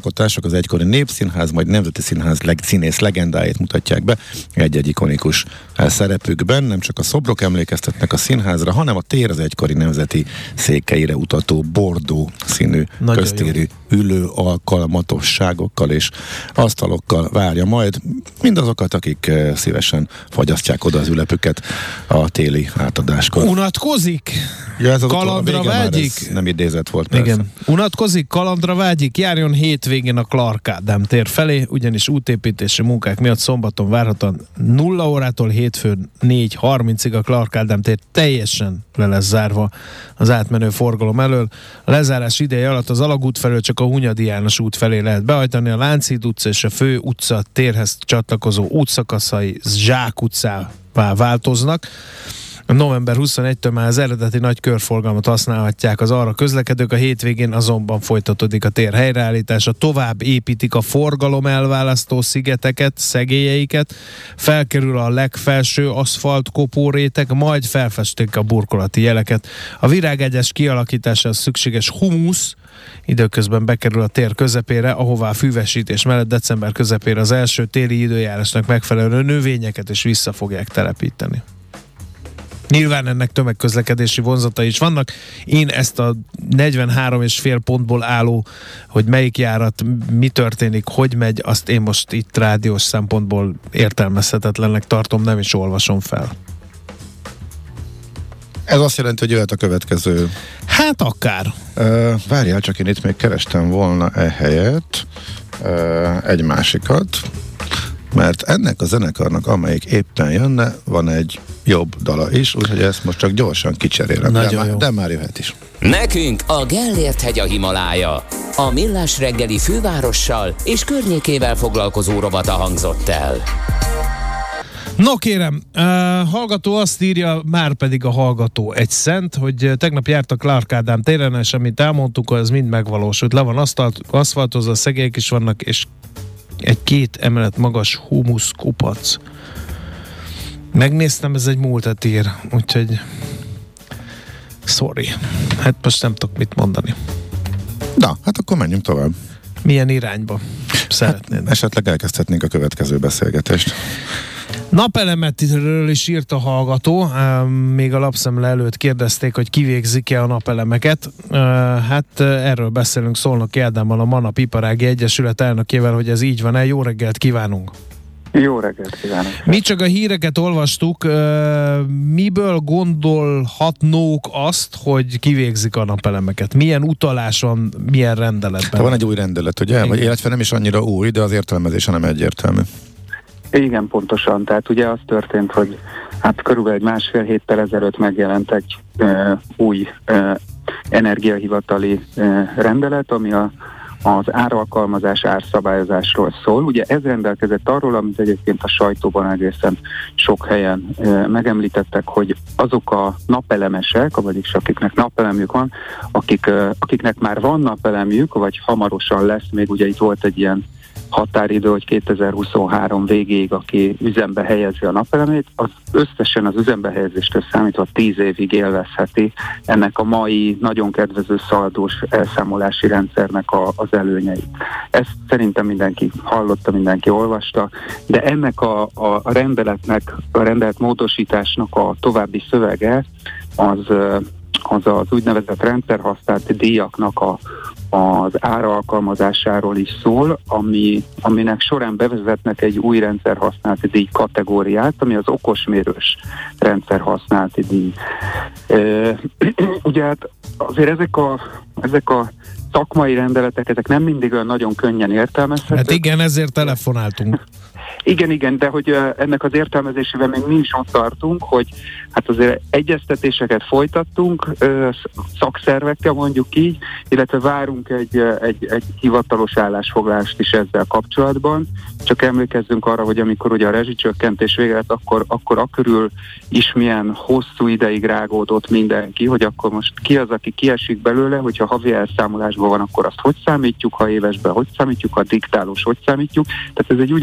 csak az egykori Népszínház, majd Nemzeti Színház színész legendáit mutatják be egy-egy ikonikus szerepükben. Nem csak a szobrok emlékeztetnek a színházra, hanem a tér az egykori nemzeti székeire utató bordó színű nagyon köztéri ülő alkalmatosságokkal és asztalokkal várja majd mindazokat, akik szívesen fagyasztják oda az ülepüket a téli átadáskor. Unatkozik? Ja, ez az Kalandra vágyik? Nem idézet volt, persze. Igen. Unatkozik, kalandra vágyik, járjon hétvégén a Clark Ádám tér felé, ugyanis útépítési munkák miatt szombaton várhatóan 0 órától hétfőn 4:30-ig a Clark Ádám tér teljesen le lesz zárva az átmenő forgalom elől. A lezárás ideje alatt az Alagút felől csak a Hunyadi János út felé lehet behajtani, a Lánchíd utca és a Fő utca térhez csatlakozó útszakaszai Zsák utcává változnak. November 21-től már az eredeti nagy körforgalmat használhatják az arra közlekedők, a hétvégén azonban folytatódik a tér helyreállítása, tovább építik a forgalom elválasztó szigeteket, szegélyeiket, felkerül a legfelső aszfalt kopóréteg, majd felfestik a burkolati jeleket. A virágegyes kialakításához szükséges humusz időközben bekerül a tér közepére, ahová a füvesítés mellett december közepére az első téli időjárásnak megfelelő növényeket is vissza fogják telepíteni. Nyilván ennek tömegközlekedési vonzatai is vannak. Én ezt a 43,5 pontból álló, hogy melyik járat, mi történik, hogy megy, azt én most itt rádiós szempontból értelmezhetetlennek tartom, nem is olvasom fel. Ez azt jelenti, hogy jöhet a következő. Hát akár. Várjál, csak én itt még kerestem volna ehelyett egy másikat, mert ennek a zenekarnak, amelyik éppen jönne, van egy jobb dala is, úgyhogy ezt most csak gyorsan kicserélem. De már jöhet is. Nekünk a Gellért-hegy a Himalája. A Millás reggeli fővárossal és környékével foglalkozó rovata hangzott el. No kérem, hallgató azt írja, már pedig a hallgató egy szent, hogy tegnap jártak Clark Ádám téren, és amit elmondtuk, az mind megvalósult. Le van aszfaltozva, szegélyek is vannak, és egy 2 emelet magas humusz kupac. Megnéztem, ez egy múltat ír, úgyhogy sorry. Hát most nem tudok mit mondani. Na, hát akkor menjünk tovább. Milyen irányba szeretnéd? Hát, esetleg elkezdhetnénk a következő beszélgetést. Napelemetről is írt a hallgató, még a lapszemle előtt kérdezték, hogy kivégzik-e a napelemeket. Hát erről beszélünk Szolnoki Ádámmal, a Manap Iparági Egyesület elnökével, hogy ez így van-e. Jó reggelt kívánunk! Jó reggelt kívánok! Mi csak a híreket olvastuk, miből gondolhatnók azt, hogy kivégzik a napelemeket? Milyen utalás van, milyen rendeletben? Van egy új rendelet, ugye? Vagy illetve nem is annyira új, de az értelmezése nem egyértelmű. Igen, pontosan. Tehát ugye az történt, hogy hát körülbelül egy 1,5 héttel ezelőtt megjelent egy új energiahivatali rendelet, ami az áralkalmazás, árszabályozásról szól. Ugye ez rendelkezett arról, amit egyébként a sajtóban egészen sok helyen megemlítettek, hogy azok a napelemesek, vagyis akiknek napelemjük van, akiknek már van napelemjük, vagy hamarosan lesz, még ugye itt volt egy ilyen határidő, hogy 2023 végéig, aki üzembe helyezi a napelemét, az összesen az üzembe helyezéstől számítva 10 évig élvezheti ennek a mai nagyon kedvező szaldós elszámolási rendszernek az előnyeit. Ezt szerintem mindenki hallotta, mindenki olvasta, de ennek a rendeletnek, a rendelet módosításnak a további szövege az úgynevezett rendszerhasználati díjaknak az áralkalmazásáról is szól, aminek során bevezetnek egy új rendszerhasználati díj kategóriát, ami az okosmérős rendszerhasználati díj. Ugye hát azért ezek a szakmai rendeletek, ezek nem mindig olyan nagyon könnyen értelmezhetők. Hát igen, ezért telefonáltunk. Igen, de hogy ennek az értelmezésével még mi is ott tartunk, hogy hát azért egyeztetéseket folytattunk szakszervekkel, mondjuk így, illetve várunk egy hivatalos állásfoglalást is ezzel kapcsolatban. Csak emlékezzünk arra, hogy amikor ugye a rezsicsökkentés vége lett, akkor akörül is milyen hosszú ideig rágódott mindenki, hogy akkor most ki az, aki kiesik belőle, hogyha havi elszámolásban van, akkor azt hogy számítjuk, ha évesben hogy számítjuk, ha diktálós hogy számítjuk. Tehát ez egy ugyanennyire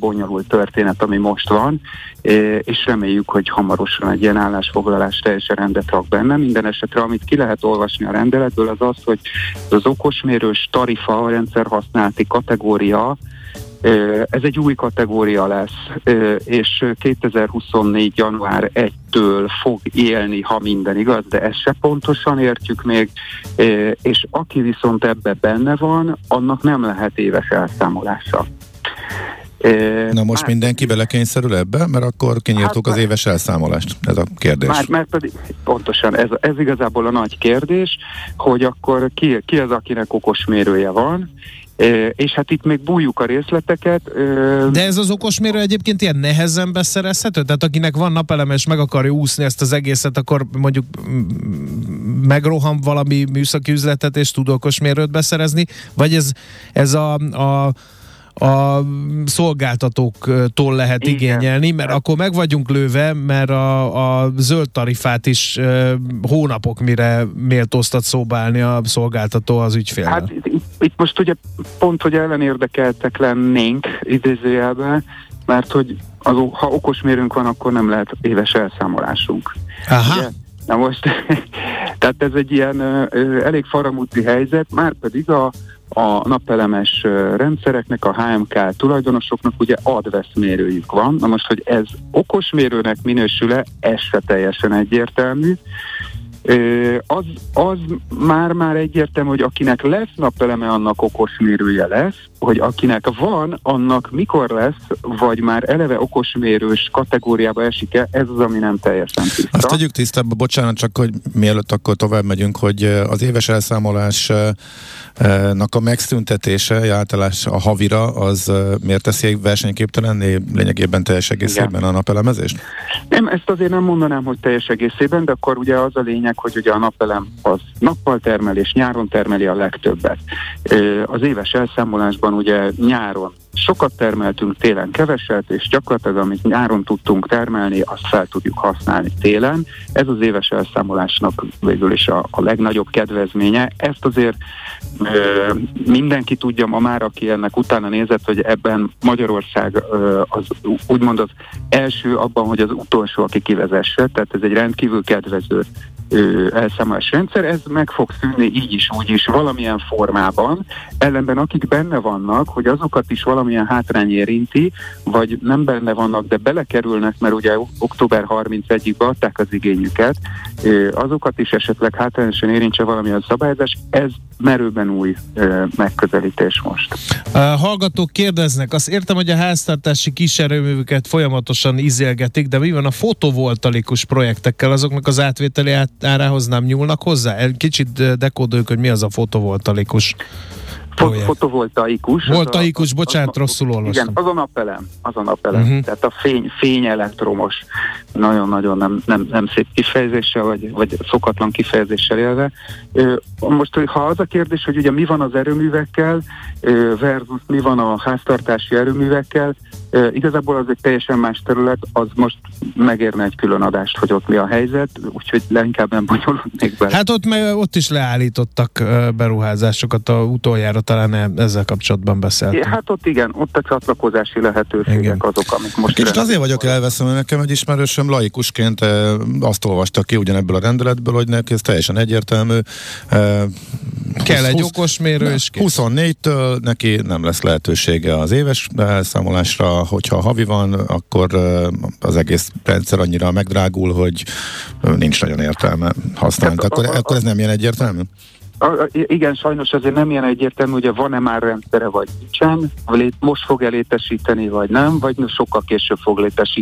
bonyolult történet, ami most van, és reméljük, hogy hamarosan egy ilyen állásfoglalás teljesen rendet rak benne. Minden esetre, amit ki lehet olvasni a rendeletből, az az, hogy az okosmérős tarifa, a rendszerhasználati kategória, ez egy új kategória lesz, és 2024. január 1-től fog élni, ha minden igaz, de ezt se pontosan értjük még, és aki viszont ebbe benne van, annak nem lehet éves elszámolása. Na most mindenki belekényszerül ebbe, mert akkor kinyírtuk az éves elszámolást. Ez a kérdés. Már pedig pontosan ez igazából a nagy kérdés, hogy akkor ki az, akinek okosmérője van, és hát itt még bújjuk a részleteket. De ez az okosmérő egyébként ilyen nehezen beszerezhető? Tehát akinek van napeleme és meg akarja úszni ezt az egészet, akkor mondjuk megroham valami műszaki üzletet és tud okosmérőt beszerezni? Vagy ez a szolgáltatóktól lehet igényelni, mert akkor meg vagyunk lőve, mert a zöld tarifát is hónapok mire méltóztat szóba állni a szolgáltató az ügyfélnek. Hát itt most ugye pont, hogy ellenérdekeltek lennénk idézőjelben, mert hogy ha okosmérőnk van, akkor nem lehet éves elszámolásunk. Aha. Ugye? Na most, tehát ez egy ilyen elég faramúci helyzet, már pedig a napelemes rendszereknek, a HMK tulajdonosoknak ugye ad-vesz-mérőjük van. Na most, hogy ez okosmérőnek minősül-e, ez se teljesen egyértelmű. Az már egyértelmű, hogy akinek lesz napeleme, annak okosmérője lesz, hogy akinek van, annak mikor lesz, vagy már eleve okosmérős kategóriába esik-e, ez az, ami nem teljesen tiszta. Azt tegyük tisztába, bocsánat, csak hogy mielőtt akkor tovább megyünk, hogy az éves elszámolásnak a megszüntetése, átállás a havira, az miért teszi versenyképtelenné lényegében teljes egészében a napelemezést? Nem, ezt azért nem mondanám, hogy teljes egészében, de akkor ugye az a lényeg, hogy ugye a napelem az nappal termel, és nyáron termeli a legtöbbet. Az éves elszámolásban ugye nyáron sokat termeltünk, télen keveset, és gyakorlatilag amit nyáron tudtunk termelni, azt fel tudjuk használni télen. Ez az éves elszámolásnak végül is a legnagyobb kedvezménye. Ezt azért mindenki tudja ma már, aki ennek utána nézett, hogy ebben Magyarország az úgymond az első abban, hogy az utolsó, aki kivezesse, tehát ez egy rendkívül kedvező elszámolás rendszer, ez meg fog szűnni így is, úgy is, valamilyen formában, ellenben akik benne vannak, hogy azokat is valamilyen hátrány érinti, vagy nem benne vannak, de belekerülnek, mert ugye október 31-ig adták az igényüket, azokat is esetleg hátrányosan érintse valamilyen szabályozás, ez merőben új megközelítés most. Hallgatók kérdeznek, azt értem, hogy a háztartási kiserőműveket folyamatosan izélgetik, de mi van a fotovoltaikus projektekkel, azoknak az átvételi árához nem nyúlnak hozzá? Kicsit dekódoljuk, hogy mi az a fotovoltaikus projekt. Fotovoltaikus. Voltaikus, bocsánat, rosszul olvastam. Igen, az a napelem. Tehát a fényelektromos, nagyon-nagyon nem szép kifejezéssel, vagy szokatlan kifejezéssel élve. Most, ha az a kérdés, hogy ugye mi van az erőművekkel, versus mi van a háztartási erőművekkel, igazából az egy teljesen más terület, az most megérne egy külön adást, hogy ott mi a helyzet, úgyhogy inkább nem bonyolulnék bele. Hát ott is leállítottak beruházásokat, utoljára talán ezzel kapcsolatban beszéltünk. Hát ott igen, ott a csatlakozási lehetőségek azok, amik most... Kicsit azért vagyok elveszve, mert nekem egy ismerősöm laikusként azt olvasta ki ugyanebből a rendeletből, hogy neki ez teljesen egyértelmű. Kell egy okosmérő, és 24-től neki nem lesz lehetősége az éves elszámolásra, hogyha havi van, akkor az egész rendszer annyira megdrágul, hogy nincs nagyon értelme használni. Akkor ez nem ilyen egyértelmű? Igen, sajnos azért nem ilyen egyértelmű, ugye van-e már rendszere, vagy nincsen, most fog létesíteni, vagy nem, vagy sokkal később fog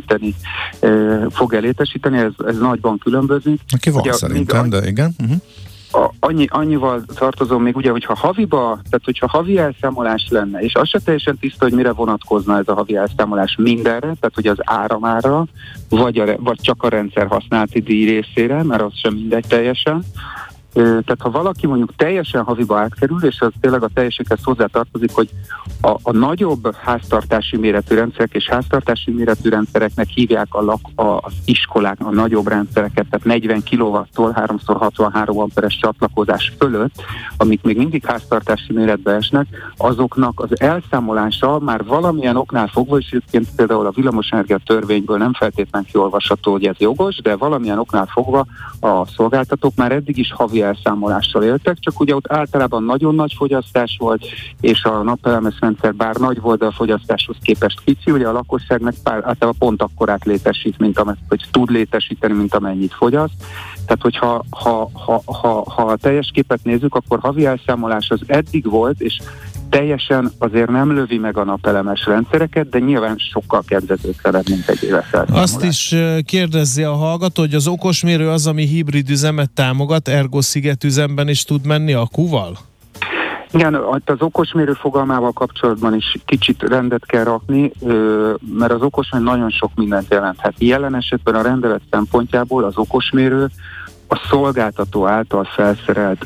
létesíteni, ez nagyban különbözik. Aki van ugye, szerintem, de igen. Annyival tartozom még, ugye, hogyha hogyha havi elszámolás lenne, és az se teljesen tiszta, hogy mire vonatkozna ez a havi elszámolás mindenre, tehát hogy az áramára, vagy csak a rendszer használati díj részére, mert az sem mindegy teljesen. Tehát ha valaki mondjuk teljesen haviba átkerül, és az tényleg a teljeséghez hozzátartozik, hogy a nagyobb háztartási méretű rendszerek és háztartási méretű rendszereknek hívják az iskolák a nagyobb rendszereket, tehát 40 kW-tól 3x63 amperes csatlakozás fölött, amik még mindig háztartási méretbe esnek, azoknak az elszámolása már valamilyen oknál fogva, és egyébként például a villamosenergia törvényből nem feltétlenül kiolvasható, hogy ez jogos, de valamilyen oknál fogva a szolgáltatók már eddig is havi elszámolással éltek, csak ugye ott általában nagyon nagy fogyasztás volt, és a napelemes rendszer bár nagy volt, de a fogyasztáshoz képest kicsi, ugye a lakosságnak általában pont akkorát létesít, hogy tud létesíteni, mint amennyit fogyaszt. Tehát, hogyha ha a teljes képet nézzük, akkor havi elszámolás az eddig volt, és teljesen azért nem lövi meg a napelemes rendszereket, de nyilván sokkal kedvezőtlenebb, mint egy éves elszámolás. Azt is kérdezzi a hallgató, hogy az okosmérő az, ami hibrid üzemet támogat, ergo szigetüzemben is tud menni akkuval? Igen, az okosmérő fogalmával kapcsolatban is kicsit rendet kell rakni, mert az okosmérő nagyon sok mindent jelenthet. Jelen esetben a rendelet szempontjából az okosmérő a szolgáltató által felszerelt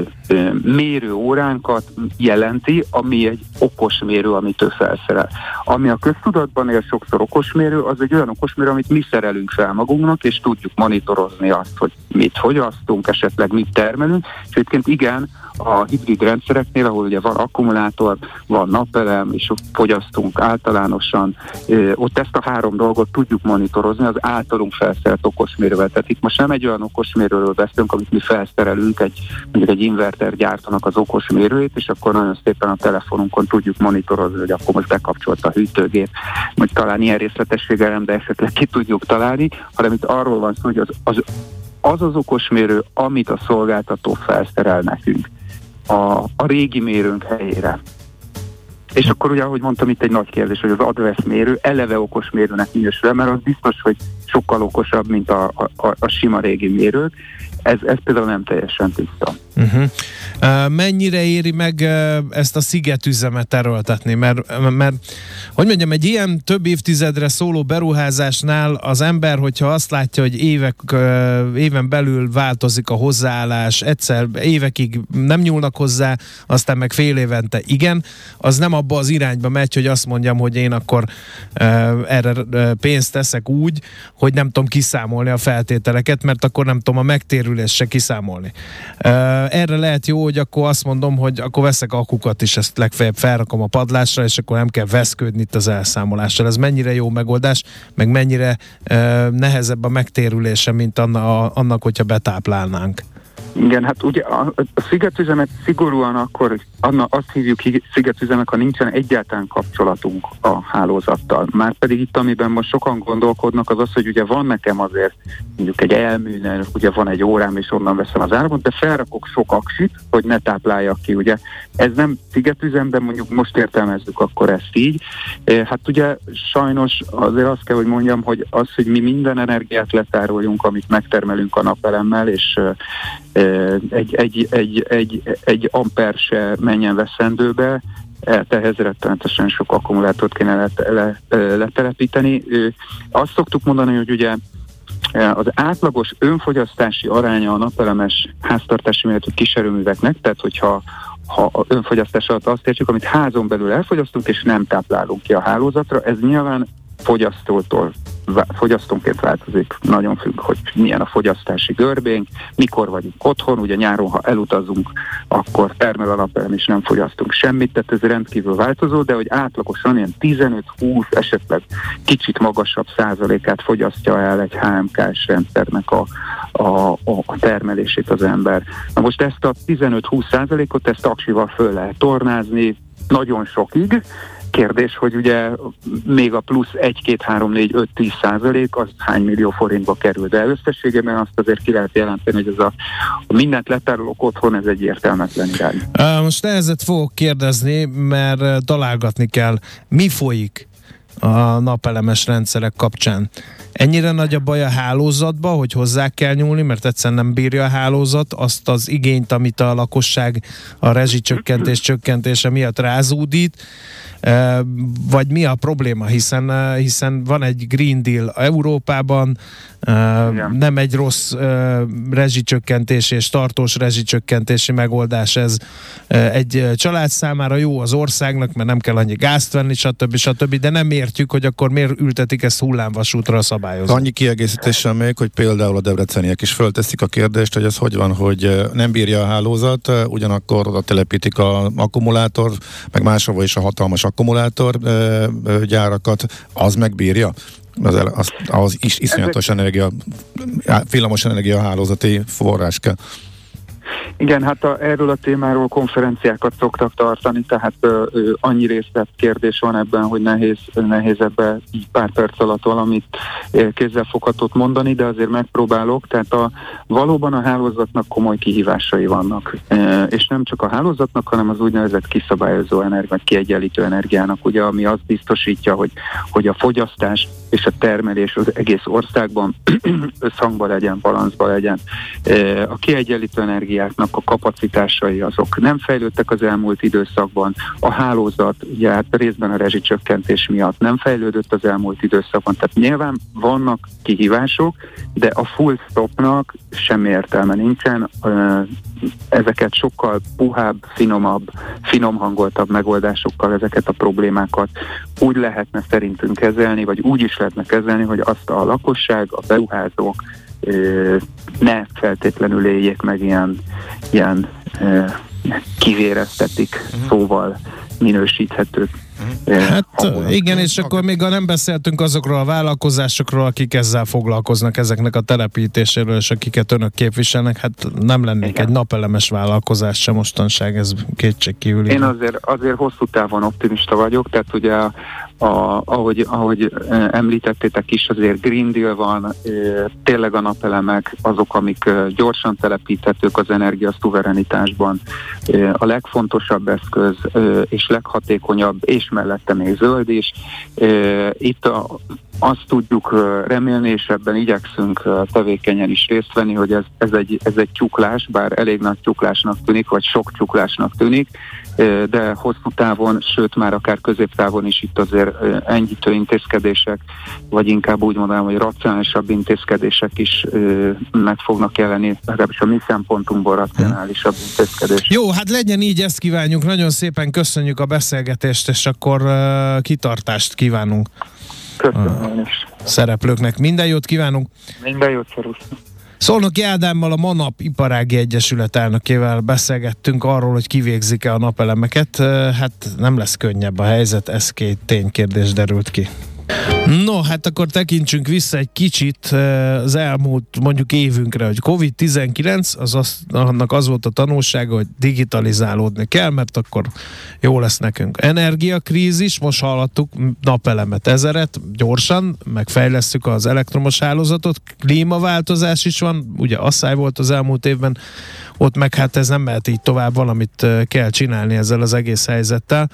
mérőóránkat jelenti, ami egy okosmérő, amit ő felszerel. Ami a köztudatban él sokszor okosmérő, az egy olyan okosmérő, amit mi szerelünk fel magunknak, és tudjuk monitorozni azt, hogy mit fogyasztunk, esetleg mit termelünk. És egyébként igen, a hibrid rendszereknél, ahol ugye van akkumulátor, van napelem, és fogyasztunk általánosan, ott ezt a három dolgot tudjuk monitorozni az általunk felszerelt okosmérővel. Tehát itt most nem egy olyan okosmérőről beszélünk, amit mi felszerelünk, mondjuk egy inverter gyártanak az okosmérőjét, és akkor nagyon szépen a telefonunkon tudjuk monitorozni, hogy akkor most bekapcsolt a hűtőgép, vagy talán ilyen részletességgel nem, de esetleg ki tudjuk találni, hanem itt arról van szó, hogy az okosmérő, amit a szolgáltató felszerel nekünk a régi mérőnk helyére. És akkor ugye, ahogy mondtam, itt egy nagy kérdés, hogy az advesz mérő eleve okos mérőnek minősül, mert az biztos, hogy sokkal okosabb, mint a sima régi mérők. Ez például nem teljesen tiszta. Mennyire éri meg ezt a szigetüzemet erőltetni? Mert hogy mondjam, egy ilyen több évtizedre szóló beruházásnál az ember, hogyha azt látja, hogy éven belül változik a hozzáállás, egyszer évekig nem nyúlnak hozzá, aztán meg fél évente igen, az nem abba az irányba megy, hogy azt mondjam, hogy én akkor erre pénzt teszek úgy, hogy nem tudom kiszámolni a feltételeket, mert akkor nem tudom a megtérülést se kiszámolni. Erre lehet jó, hogy akkor azt mondom, hogy akkor veszek akukat is, ezt legfeljebb felrakom a padlásra, és akkor nem kell veszködni itt az elszámolással. Ez mennyire jó megoldás, meg mennyire nehezebb a megtérülése, mint annak, hogyha betáplálnánk. Igen, hát ugye a szigetüzemet szigorúan akkor azt hívjuk szigetüzemek, ha nincsen egyáltalán kapcsolatunk a hálózattal. Márpedig itt, amiben most sokan gondolkodnak, az az, hogy ugye van nekem azért mondjuk egy elműnél, ugye van egy órám, és onnan veszem az áramot, de felrakok sok aksit, hogy ne tápláljak ki, ugye. Ez nem szigetüzem, de mondjuk most értelmezzük akkor ezt így. Hát ugye sajnos azért azt kell, hogy mondjam, hogy az, hogy mi minden energiát letároljunk, amit megtermelünk a napelemmel, és egy amper se menjen veszendőbe, ehhez rettenetesen sok akkumulátort kéne letelepíteni. Azt szoktuk mondani, hogy ugye az átlagos önfogyasztási aránya a napelemes háztartási méretű kiserőműveknek, tehát hogyha a önfogyasztás alatt azt értsük, amit házon belül elfogyasztunk, és nem táplálunk ki a hálózatra, ez nyilván fogyasztónként változik. Nagyon függ, hogy milyen a fogyasztási görbénk, mikor vagyunk otthon, ugye nyáron, ha elutazunk, akkor termel a napelem, és nem fogyasztunk semmit, tehát ez rendkívül változó, de hogy átlagosan ilyen 15-20, esetleg kicsit magasabb százalékát fogyasztja el egy HMK-s rendszernek a termelését az ember. Na most ezt a 15-20 százalékot, ezt aksival föl lehet tornázni nagyon sokig. Kérdés, hogy ugye még a plusz 1-2-3-4-5-10% az hány millió forintba kerül, de összességében azt azért ki lehet jelenteni, hogy ez a mindent letárolok otthon, ez egy értelmetlen irány. Most nehezet fogok kérdezni, mert találgatni kell. Mi folyik? a napelemes rendszerek kapcsán. Ennyire nagy a baj a hálózatba, hogy hozzá kell nyúlni, mert egyszerűen nem bírja a hálózat azt az igényt, amit a lakosság a rezsicsökkentése miatt rázúdít, vagy mi a probléma, hiszen van egy Green Deal Európában, nem egy rossz rezsicsökkentés és tartós rezsicsökkentési megoldás ez egy család számára, jó az országnak, mert nem kell annyi gázt venni, stb. De nem értjük, hogy akkor miért ültetik ezt hullámvasútra a szabályozók. Annyi kiegészítéssel még, hogy például a debreceniek is fölteszik a kérdést, hogy ez hogy van, hogy nem bírja a hálózat, ugyanakkor oda telepítik az akkumulátor, meg máshova is a hatalmas akkumulátor gyárakat, az megbírja? Az is iszonyatos energia, villamos energia hálózati forrás kell. Igen, hát erről a témáról konferenciákat szoktak tartani, tehát annyi részlet kérdés van ebben, hogy nehéz ebbe így pár perc alatt valamit kézzelfoghatót mondani, de azért megpróbálok. Tehát valóban a hálózatnak komoly kihívásai vannak. És nem csak a hálózatnak, hanem az úgynevezett kiszabályozó energia, vagy kiegyenlítő energiának, ugye, ami azt biztosítja, hogy a fogyasztás és a termelés az egész országban összhangban legyen, balanszban legyen. A kiegyenlítő energiáknak a kapacitásai azok nem fejlődtek az elmúlt időszakban. A hálózat, ugye hát részben a rezsicsökkentés miatt nem fejlődött az elmúlt időszakban. Tehát nyilván vannak kihívások, de a full stopnak semmi értelme nincsen. Ezeket sokkal puhább, finomabb, finomhangoltabb megoldásokkal ezeket a problémákat úgy lehetne szerintünk kezelni, vagy úgy is lehetne kezelni, hogy azt a lakosság, a beruházók ne feltétlenül éljék meg ilyen kivéreztetik szóval minősíthető. Hát igen, és akkor még nem beszéltünk azokról a vállalkozásokról, akik ezzel foglalkoznak, ezeknek a telepítéséről, és akiket önök képviselnek, hát nem lennék egy napelemes vállalkozás sem mostanság, ez kétségkívül. Én azért hosszú távon optimista vagyok, tehát ugye ahogy említettétek is, azért Green Deal van, tényleg a napelemek azok, amik gyorsan telepíthetők az energiaszuverenitásban. A legfontosabb eszköz és leghatékonyabb, és mellette még zöld is. Itt azt tudjuk remélni, és ebben igyekszünk tevékenyen is részt venni, hogy ez egy csuklás, bár elég nagy csuklásnak tűnik, vagy sok csuklásnak tűnik, de hosszú távon, sőt már akár középtávon is itt azért enyhítő intézkedések, vagy inkább úgy mondanám, hogy racionálisabb intézkedések is meg fognak jelenni, legalábbis a mi szempontunkból racionálisabb intézkedés. Jó, hát legyen így, ezt kívánjuk. Nagyon szépen köszönjük a beszélgetést, és akkor kitartást kívánunk. Köszönöm is. Szereplőknek. Minden jót kívánunk! Minden jót, szervusz! Szolnoki Ádámmal, a Manap Iparági Egyesület elnökével beszélgettünk arról, hogy kivégzik-e a napelemeket. Hát nem lesz könnyebb a helyzet, ez két ténykérdés derült ki. No, hát akkor tekintsünk vissza egy kicsit az elmúlt mondjuk évünkre, hogy Covid-19, annak az volt a tanulsága, hogy digitalizálódni kell, mert akkor jó lesz nekünk. Energiakrízis, most hallottuk, napelemet 1000-et, gyorsan, megfejlesszük az elektromos hálózatot, klímaváltozás is van, ugye asszály volt az elmúlt évben, ott meg hát ez nem mehet így tovább, valamit kell csinálni ezzel az egész helyzettel.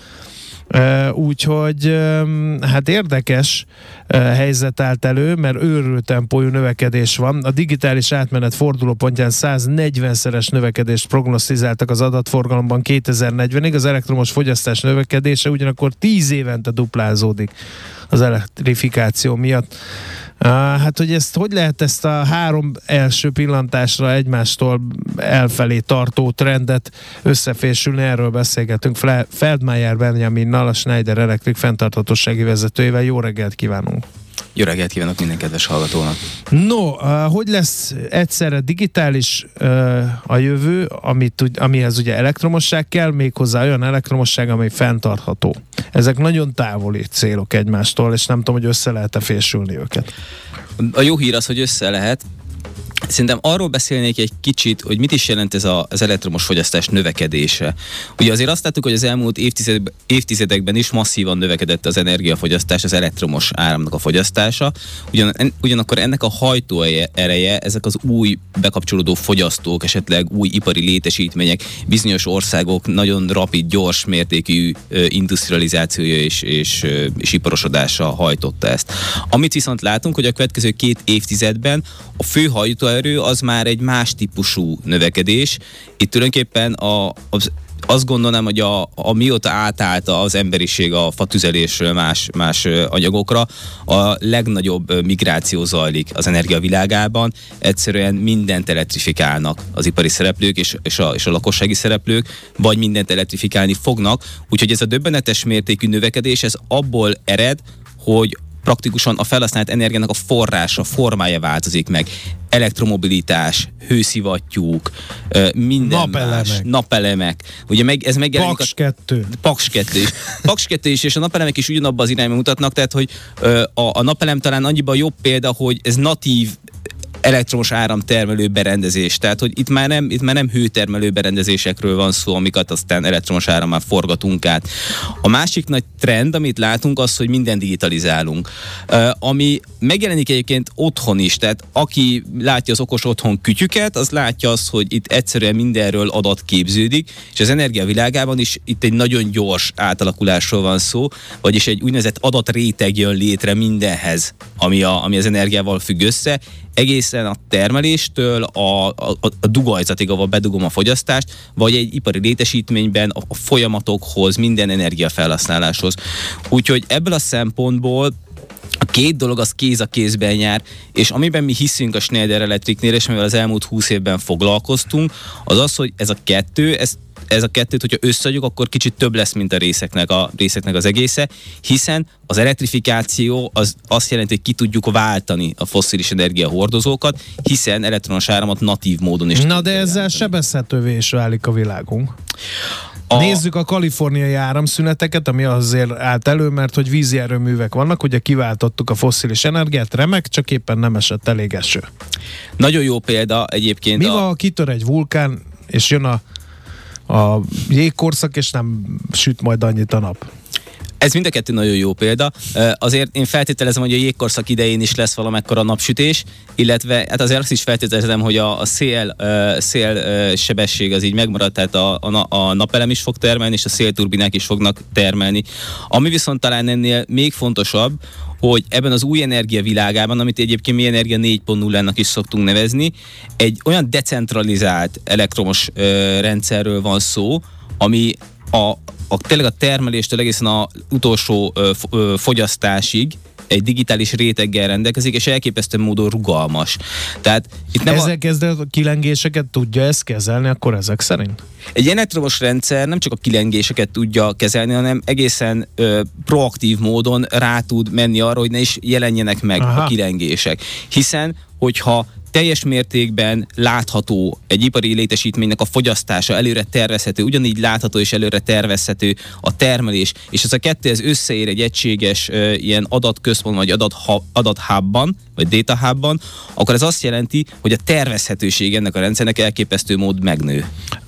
Úgyhogy hát érdekes helyzet állt elő, mert őrült tempójú növekedés van. A digitális átmenet fordulópontján 140-szeres növekedést prognosztizáltak az adatforgalomban 2040-ig, az elektromos fogyasztás növekedése ugyanakkor 10 évente duplázódik az elektrifikáció miatt. Hát, hogy hogy lehet ezt a három első pillantásra egymástól elfelé tartó trendet összefésülni, erről beszélgetünk Feldmayer Benjaminnal, a Schneider Electric fenntarthatósági vezetőjével. Jó reggelt kívánunk! Jó reggelt kívánok minden kedves hallgatónak! No, hogy lesz egyszerre digitális a jövő, amihez ugye elektromosság kell, méghozzá olyan elektromosság, ami fenntartható. Ezek nagyon távoli célok egymástól, és nem tudom, hogy össze lehet-e fésülni őket. A jó hír az, hogy össze lehet. Szerintem arról beszélnék egy kicsit, hogy mit is jelent ez az elektromos fogyasztás növekedése. Ugye azért azt láttuk, hogy az elmúlt évtizedekben is masszívan növekedett az energiafogyasztás, az elektromos áramnak a fogyasztása. Ugyanakkor ennek a hajtóereje, ezek az új bekapcsolódó fogyasztók, esetleg új ipari létesítmények, bizonyos országok nagyon rapid, gyors mértékű industrializációja és iparosodása hajtotta ezt. Amit viszont látunk, hogy a következő 2 évtizedben a fő hajtóerő az már egy más típusú növekedés. Itt tulajdonképpen azt gondolom, hogy mióta átállta az emberiség a fatüzelésről más anyagokra, a legnagyobb migráció zajlik az energiavilágában. Egyszerűen mindent elektrifikálnak az ipari szereplők és a lakossági szereplők, vagy mindent elektrifikálni fognak. Úgyhogy ez a döbbenetes mértékű növekedés, ez abból ered, hogy praktikusan a felhasznált energiának a formája változik meg. Elektromobilitás, hőszivattyúk, minden napelemek. Ugye ez megjelenik Paks 2 is. Paks 2 is, és a napelemek is ugyanabban az irányba mutatnak, tehát hogy a napelem talán annyiban jobb példa, hogy ez natív elektromos áramtermelő berendezés. Tehát, hogy itt már nem hőtermelő berendezésekről van szó, amiket aztán elektromos árammá forgatunk át. A másik nagy trend, amit látunk, az, hogy minden digitalizálunk. Ami megjelenik egyébként otthon is, tehát aki látja az okos otthon kütyüket, az látja azt, hogy itt egyszerűen mindenről adat képződik, és az energiavilágában is itt egy nagyon gyors átalakulásról van szó, vagyis egy úgynevezett adatréteg jön létre mindenhez, ami az energiával függ össze, egészen a termeléstől a dugajzatig, ahol bedugom a fogyasztást, vagy egy ipari létesítményben a folyamatokhoz, minden energiafelhasználáshoz. Úgyhogy ebből a szempontból a két dolog az kéz a kézben jár, és amiben mi hiszünk a Schneider Electricnél, és amivel az elmúlt 20 évben foglalkoztunk, az az, hogy ez a kettőt, hogyha összeadjuk, akkor kicsit több lesz, mint a részeknek az egésze, hiszen az elektrifikáció az azt jelenti, hogy ki tudjuk váltani a fosszilis energiahordozókat, hiszen elektromos áramot natív módon is. Na de ezzel sebezhetővé is válik a világunk. Nézzük a kaliforniai áramszüneteket, ami azért állt elő, mert hogy vízi erőművek vannak, ugye kiváltottuk a fosszilis energiát, remek, csak éppen nem esett elég eső. Nagyon jó példa egyébként. Mi van, ha kitör egy vulkán, és jön a jégkorszak, és nem süt majd annyit a nap? Ez mind a kettő nagyon jó példa. Azért én feltételezem, hogy a jégkorszak idején is lesz valamekkora napsütés, illetve hát azért azt is feltételezem, hogy a szél sebesség az így megmarad, tehát a napelem is fog termelni, és a szélturbinák is fognak termelni. Ami viszont talán ennél még fontosabb, hogy ebben az új energiavilágában, amit egyébként mi Energia 4.0-nak is szoktunk nevezni, egy olyan decentralizált elektromos rendszerről van szó, ami tényleg a termeléstől egészen az utolsó fogyasztásig egy digitális réteggel rendelkezik, és elképesztő módon rugalmas. Tehát itt nem a kilengéseket tudja ezt kezelni, akkor ezek szerint? Egy elektromos rendszer nem csak a kilengéseket tudja kezelni, hanem egészen proaktív módon rá tud menni arra, hogy ne is jelenjenek meg a kilengések. Hiszen, hogyha teljes mértékben látható egy ipari létesítménynek a fogyasztása, előre tervezhető, ugyanígy látható és előre tervezhető a termelés, és ez a kettő összeér egy egységes ilyen adatközpont, vagy adathubban, vagy data hubban, akkor ez azt jelenti, hogy a tervezhetőség ennek a rendszernek elképesztő mód megnő.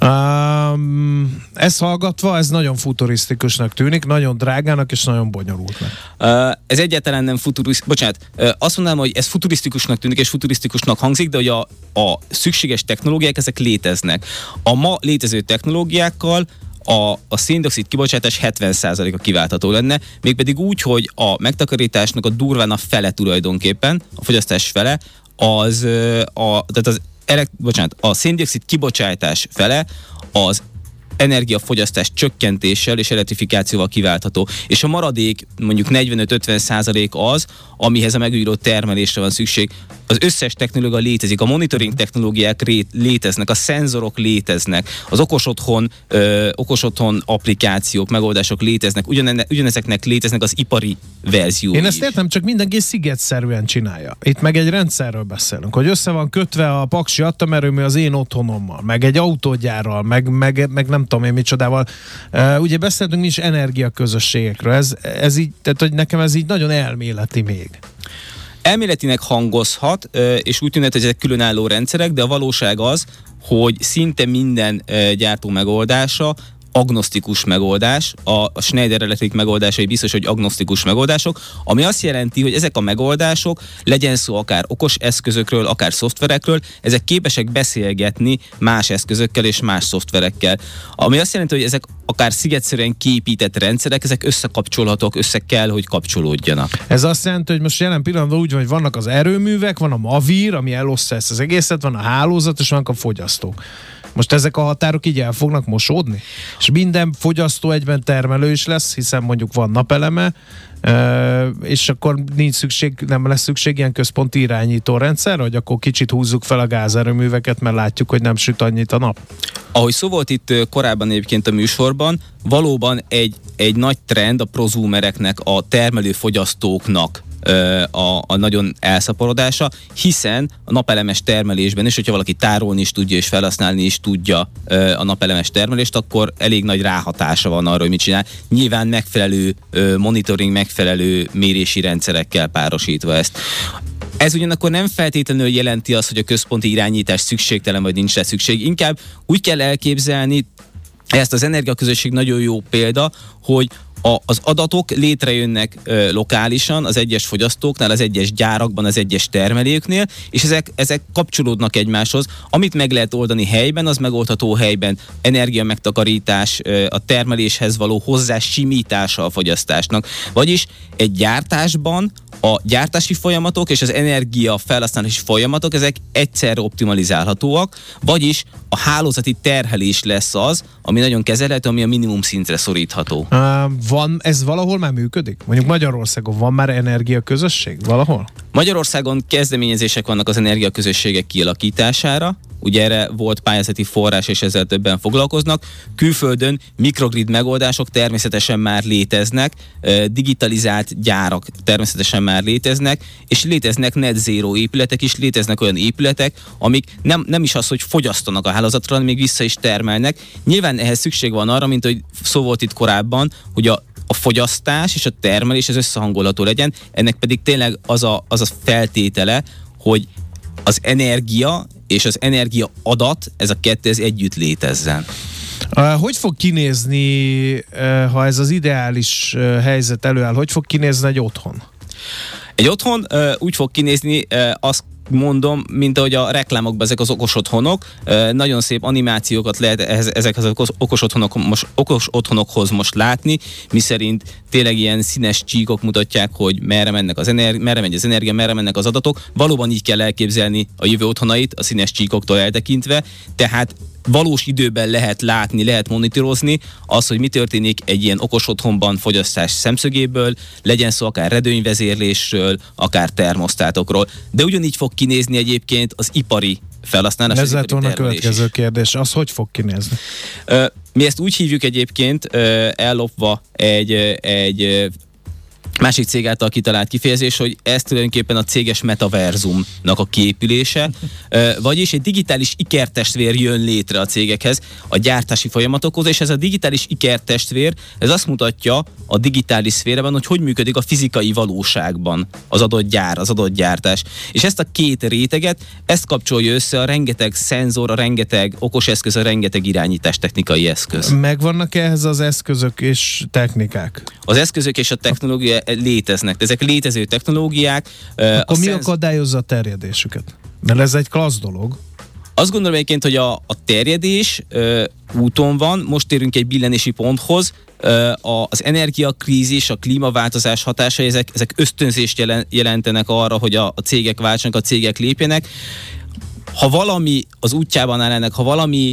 Ezt hallgatva, ez nagyon futurisztikusnak tűnik, nagyon drágának és nagyon bonyolultnak. Ez egyáltalán nem azt mondanám, hogy ez futurisztikusnak tűnik és futurisztikusnak hangzik, de hogy a szükséges technológiák, ezek léteznek. A ma létező technológiákkal a szén-dioxid kibocsátás 70%-a kiváltható lenne, mégpedig úgy, hogy a megtakarításnak a durván a fele tulajdonképpen, a fogyasztás fele, a szén-dioxid kibocsátás fele az energiafogyasztás csökkentéssel és elektrifikációval kiváltható. És a maradék mondjuk 45-50% az, amihez a megújuló termelésre van szükség. Az összes technológia létezik, a monitoring technológiák léteznek, a szenzorok léteznek, az okos otthon applikációk, megoldások léteznek, ugyanezeknek léteznek az ipari verziói. Én ezt értem, csak mindenki szigetszerűen csinálja. Itt meg egy rendszerről beszélünk, hogy össze van kötve a paksi atomerőmű az én otthonommal, meg egy autógyárral, meg nem tudom én micsodával. Ugye beszéltünk mi is energiaközösségekről. Ez így, tehát hogy nekem ez így nagyon elméleti még. Elméletileg hangozhat, és úgy tűnhet, hogy ezek különálló rendszerek, de a valóság az, hogy szinte minden gyártó megoldása agnosztikus megoldás, a Schneider Electric megoldásai biztos, hogy agnosztikus megoldások, ami azt jelenti, hogy ezek a megoldások, legyen szó akár okos eszközökről, akár szoftverekről, ezek képesek beszélgetni más eszközökkel és más szoftverekkel. Ami azt jelenti, hogy ezek akár szigetszerűen kiépített rendszerek, ezek összekapcsolhatók, össze kell, hogy kapcsolódjanak. Ez azt jelenti, hogy most jelen pillanatban úgy van, hogy vannak az erőművek, van a MAVIR, ami elosztja ezt az egészet, van a hálózat, és vannak a fogyasztók. Most ezek a határok így el fognak mosódni? És minden fogyasztó egyben termelő is lesz, hiszen mondjuk van napeleme, és akkor nem lesz szükség ilyen központi irányító rendszerre, hogy akkor kicsit húzzuk fel a gázerőműveket, mert látjuk, hogy nem süt annyit a nap. Ahogy szó volt itt korábban egyébként a műsorban, valóban egy nagy trend a prozumereknek, a termelő-fogyasztóknak a nagyon elszaporodása, hiszen a napelemes termelésben is, hogyha valaki tárolni is tudja és felhasználni is tudja a napelemes termelést, akkor elég nagy ráhatása van arra, hogy mit csinál. Nyilván megfelelő monitoring, megfelelő mérési rendszerekkel párosítva ezt. Ez ugyanakkor nem feltétlenül jelenti azt, hogy a központi irányítás szükségtelen vagy nincs rá szükség. Inkább úgy kell elképzelni, ezt az energiaközösség nagyon jó példa, hogy az adatok létrejönnek lokálisan az egyes fogyasztóknál, az egyes gyárakban, az egyes termelőknél, és ezek kapcsolódnak egymáshoz. Amit meg lehet oldani helyben, az megoldható helyben. Energia megtakarítás, a termeléshez való hozzásimítása a fogyasztásnak. Vagyis egy gyártásban a gyártási folyamatok és az energia felhasználási folyamatok, ezek egyszerre optimalizálhatóak, vagyis a hálózati terhelés lesz az, ami nagyon kezelhető, ami a minimum szintre szorítható. Ez valahol már működik? Mondjuk Magyarországon van már energiaközösség? Valahol? Magyarországon kezdeményezések vannak az energiaközösségek kialakítására, ugye erre volt pályázati forrás, és ezzel többen foglalkoznak. Külföldön mikrogrid megoldások természetesen már léteznek, digitalizált gyárak természetesen már léteznek, és léteznek net zero épületek is, léteznek olyan épületek, amik nem is az, hogy fogyasztanak a hálózatra, hanem még vissza is termelnek. Nyilván ehhez szükség van arra, mint hogy szó volt itt korábban, hogy a fogyasztás és a termelés az összehangolható legyen, ennek pedig tényleg az a feltétele, hogy az energia és az energia adat, ez a kettő, ez együtt létezzen. Hogy fog kinézni, ha ez az ideális helyzet előáll, hogy fog kinézni egy otthon? Egy otthon úgy fog kinézni, azt mondom, mint ahogy a reklámokban ezek az okos otthonok, nagyon szép animációkat lehet ezekhez az okos otthonokhoz most látni, miszerint tényleg ilyen színes csíkok mutatják, hogy merre megy az energia, merre mennek az adatok. Valóban így kell elképzelni a jövő otthonait, a színes csíkoktól eltekintve, tehát valós időben lehet látni, lehet monitorozni az, hogy mi történik egy ilyen okos otthonban fogyasztás szemszögéből, legyen szó akár redőnyvezérlésről, akár termosztátokról. De ugyanígy fog kinézni egyébként az ipari felhasználás. Ez lett volna a következő kérdés. Az hogy fog kinézni? Mi ezt úgy hívjuk egyébként, ellopva egy másik cég által kitalált kifejezés, hogy ez tulajdonképpen a céges metaverzumnak a kiépülése, vagyis egy digitális ikertestvér jön létre a cégekhez, a gyártási folyamatokhoz, és ez a digitális ikertestvér, ez azt mutatja a digitális szférában, hogy működik a fizikai valóságban az adott gyár, az adott gyártás. És ezt a két réteget, ezt kapcsolja össze a rengeteg szenzor, a rengeteg okos eszköz, a rengeteg irányítás technikai eszköz. Megvannak ehhez az eszközök és technikák? Az eszközök és a technológia léteznek. Ezek létező technológiák. Akkor mi akadályozza a terjedésüket? Mert ez egy klassz dolog. Azt gondolom egyébként, hogy a terjedés úton van, most érünk egy billenési ponthoz, az energiakrízis, a klímaváltozás hatásai, ezek ösztönzést jelentenek arra, hogy a cégek váltsanak, a cégek lépjenek. Ha valami az útjában áll ennek, ha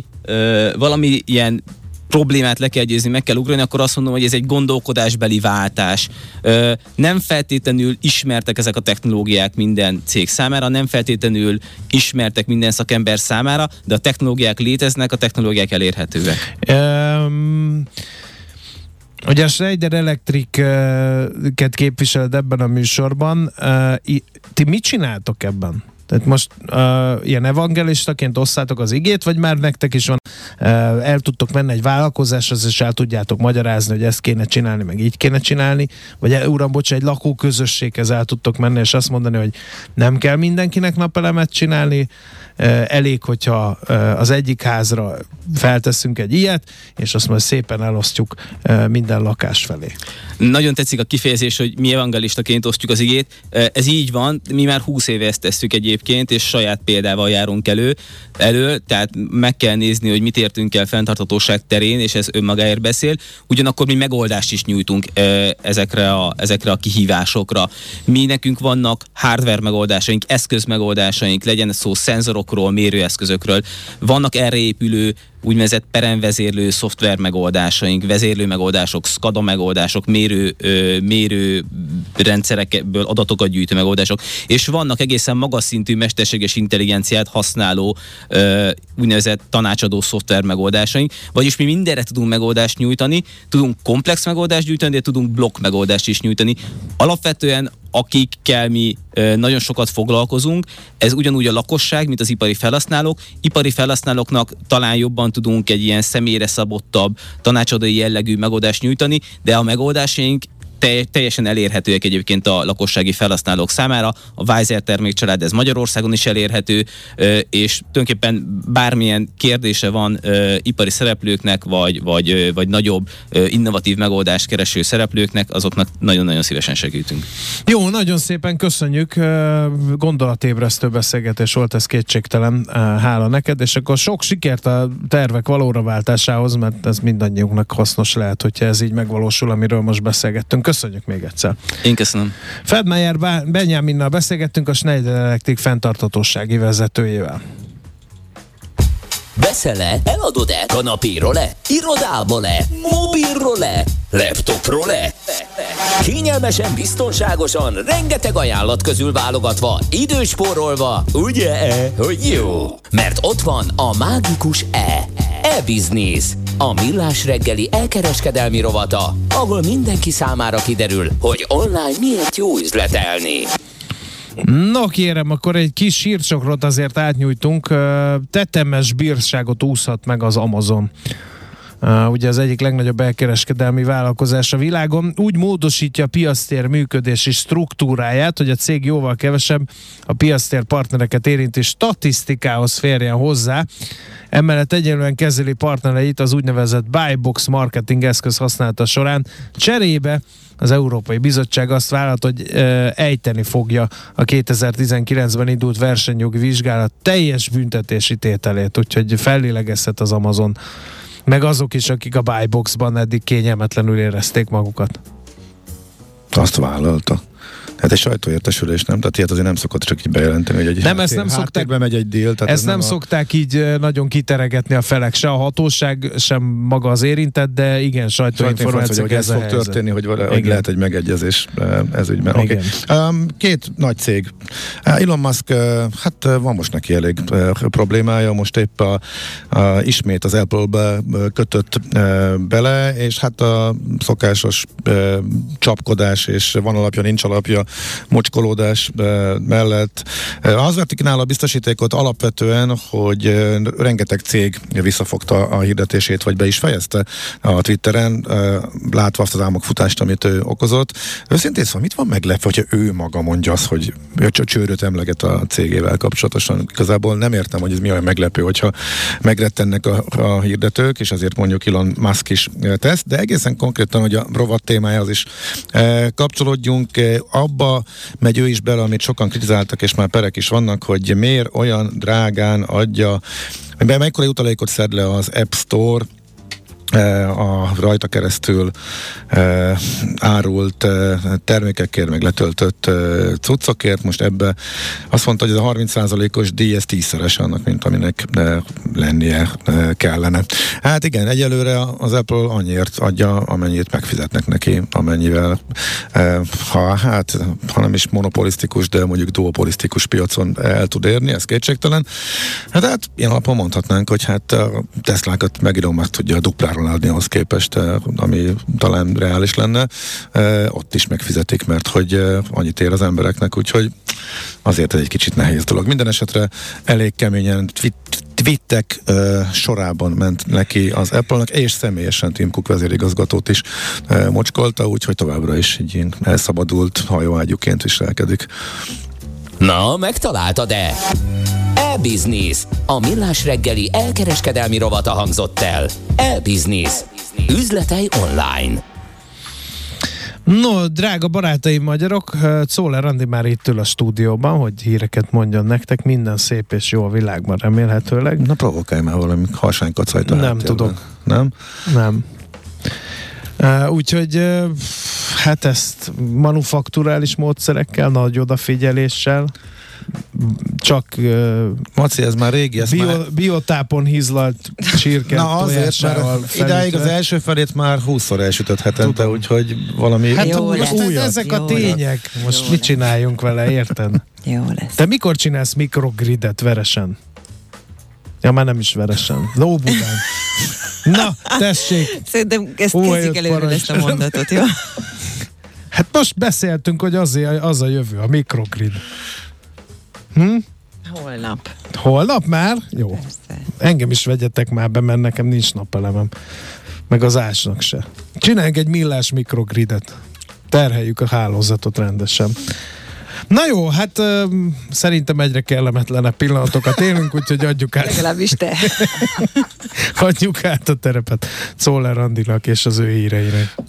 valami ilyen problémát le kell győzni, meg kell ugrani, akkor azt mondom, hogy ez egy gondolkodásbeli váltás. Nem feltétlenül ismertek ezek a technológiák minden cég számára, nem feltétlenül ismertek minden szakember számára, de a technológiák léteznek, a technológiák elérhetőek. Ugye a Schneider Electric-et képviseled ebben a műsorban. Ti mit csináltok ebben? Tehát most ilyen evangelistaként osszátok az igét, vagy már nektek is van, el tudtok menni egy vállalkozáshoz, és el tudjátok magyarázni, hogy ezt kéne csinálni, meg így kéne csinálni, vagy uram, egy lakóközösséghez el tudtok menni, és azt mondani, hogy nem kell mindenkinek napelemet csinálni, elég, hogyha az egyik házra felteszünk egy ilyet, és azt majd szépen elosztjuk minden lakás felé. Nagyon tetszik a kifejezés, hogy mi evangelistaként osztjuk az igét. Ez így van, mi már 20 éve ezt tesszük egyébként, és saját példával járunk elő, tehát meg kell nézni, hogy mit értünk el fenntarthatóság terén, és ez önmagáért beszél. Ugyanakkor mi megoldást is nyújtunk ezekre a kihívásokra. Mi nekünk vannak hardware megoldásaink, eszköz megoldásaink, legyen szó szenzorokról, mérőeszközökről. Vannak erre épülő úgynevezett peremvezérlő szoftver megoldásaink, vezérlő megoldások, SCADA megoldások, mérő rendszerekből adatokat gyűjtő megoldások, és vannak egészen magas szintű mesterséges intelligenciát használó úgynevezett tanácsadó szoftver megoldásaink, vagyis mi mindenre tudunk megoldást nyújtani, tudunk komplex megoldást nyújtani, de tudunk blokk megoldást is nyújtani. Alapvetően akikkel mi nagyon sokat foglalkozunk, ez ugyanúgy a lakosság, mint az ipari felhasználók. Ipari felhasználóknak talán jobban tudunk egy ilyen személyre szabottabb, tanácsadói jellegű megoldást nyújtani, de a megoldásaink teljesen elérhetőek egyébként a lakossági felhasználók számára. A Weiser termékcsalád, ez Magyarországon is elérhető, és tulajdonképpen bármilyen kérdése van ipari szereplőknek, vagy nagyobb innovatív megoldást kereső szereplőknek, azoknak nagyon-nagyon szívesen segítünk. Jó, nagyon szépen köszönjük. Gondolatébresztő beszélgetés volt, ez kétségtelen. Hála neked, és akkor sok sikert a tervek valóra váltásához, mert ez mindannyiunknak hasznos lehet, hogyha ez így megvalósul, amiről most beszélgettünk. Köszönjük még egyszer. Én köszönöm. Feldmayer Benjaminnal beszélgettünk, a Schneider Electric fenntarthatósági vezetőjével. Veszel-e? Eladod-e? Kanapéról-e? Irodából-e? Mobilról-e? Laptopról-e? Kényelmesen, biztonságosan, rengeteg ajánlat közül válogatva, időspórolva, ugye-e, hogy jó? Mert ott van a mágikus e-business, a Millás reggeli elkereskedelmi rovata, ahol mindenki számára kiderül, hogy online miért jó üzletelni. No kérem, akkor egy kis sírcsokrot azért átnyújtunk. Tetemes bírságot úszhat meg az Amazon. Ugye az egyik legnagyobb elkereskedelmi vállalkozás a világon. Úgy módosítja a piactér működési struktúráját, hogy a cég jóval kevesebb a piactér partnereket érinti statisztikához férjen hozzá. Emellett egyenlően kezeli partnereit az úgynevezett Buybox marketing eszköz használata során. Cserébe az Európai Bizottság azt vállalt, hogy ejteni fogja a 2019-ben indult versenyjogi vizsgálat teljes büntetési tételét, úgyhogy fellélegezhet az Amazon, meg azok is, akik a Buyboxban eddig kényelmetlenül érezték magukat. Azt vállalta. Hát egy sajtóértesülés, nem? Tehát ilyet azért nem szokott csak így bejelenteni, hogy egy nem, ezt nem szokták, megy egy deal. Ezt nem szokták így nagyon kiteregetni a felek, se a hatóság, sem maga az érintett, de igen, sajtóinformáció, hogy ez fog történni, hogy lehet egy megegyezés ez ügyben. Okay. Két nagy cég. Elon Musk, hát van most neki elég problémája, most épp ismét az Apple-be kötött bele, és hát a szokásos csapkodás, és van alapja, nincs alapja, mocskolódás mellett. Az vetik nála a biztosítékot alapvetően, hogy rengeteg cég visszafogta a hirdetését, vagy be is fejezte a Twitteren, látva azt az álmokfutást, amit ő okozott. Őszintén szóval mit van meglepve, hogyha ő maga mondja azt, hogy ő csőröt emleget a cégével kapcsolatosan? Igazából nem értem, hogy ez mi olyan meglepő, hogyha megrettennek a hirdetők, és azért mondjuk Elon Musk is tesz, de egészen konkrétan, hogy a rovat témájához is kapcsolódjunk, abba megy ő is bele, amit sokan kritizáltak, és már perek is vannak, hogy miért olyan drágán adja, mekkora jutalékot szed le az App Store a rajta keresztül árult termékekért, meg letöltött cuccokért. Most ebbe azt mondta, hogy ez a 30%-os díj, ez 10-szeres annak, mint aminek lennie kellene. Hát igen, egyelőre az Apple annyiért adja, amennyit megfizetnek neki, amennyivel ha nem is monopolisztikus, de mondjuk duopolisztikus piacon el tud érni, ez kétségtelen. Hát ilyen alapon mondhatnánk, hogy hát a Teslákat meg Elon Musk tudja duplára áron adni ahhoz képest, ami talán reális lenne. Ott is megfizetik, mert hogy annyit ér az embereknek, úgyhogy azért ez egy kicsit nehéz dolog. Minden esetre elég keményen tweetek sorában ment neki az Apple-nak, és személyesen Tim Cook vezérigazgatót is mocskolta, úgyhogy továbbra is egy ilyen elszabadult hajóágyúként viselkedik. Na, megtaláltad-e? E-Business. A millás reggeli elkereskedelmi rovata hangzott el. E-Business. Üzletei online. No, drága barátaim magyarok, Czoller Andi már itt ül a stúdióban, hogy híreket mondjon nektek, minden szép és jó a világban remélhetőleg. Na, provokálj már valami harsánykacajt. Nem tudok. Nem? Nem. Úgyhogy hát ezt manufakturális módszerekkel, nagy odafigyeléssel, csak Maci, ez már régi, ez biotápon hízlalt csirke tojásával idáig az első felét már 20-szor elsütött hetente, úgyhogy valami hát most ezek a tények. Most mit csináljunk vele, érted? Jó lesz. Te mikor csinálsz mikrogridet Veresen? Ja, már nem is Veresen. Lóbudán. Na, tessék! Szerintem ezt kezdjük előről ezt a mondatot, jó? Hát most beszéltünk, hogy az a jövő, a mikrogrid. Holnap. Holnap már? Jó. Persze. Engem is vegyetek már be, mert nekem nincs napelemem. Meg az Ásnak se. Csináljunk egy millás mikrogridet. Terheljük a hálózatot rendesen. Na jó, hát szerintem egyre kellemetlenebb pillanatokat élünk, úgyhogy adjuk át. Legalábbis te. Adjuk át a terepet Czoller Andinak és az ő híreinek.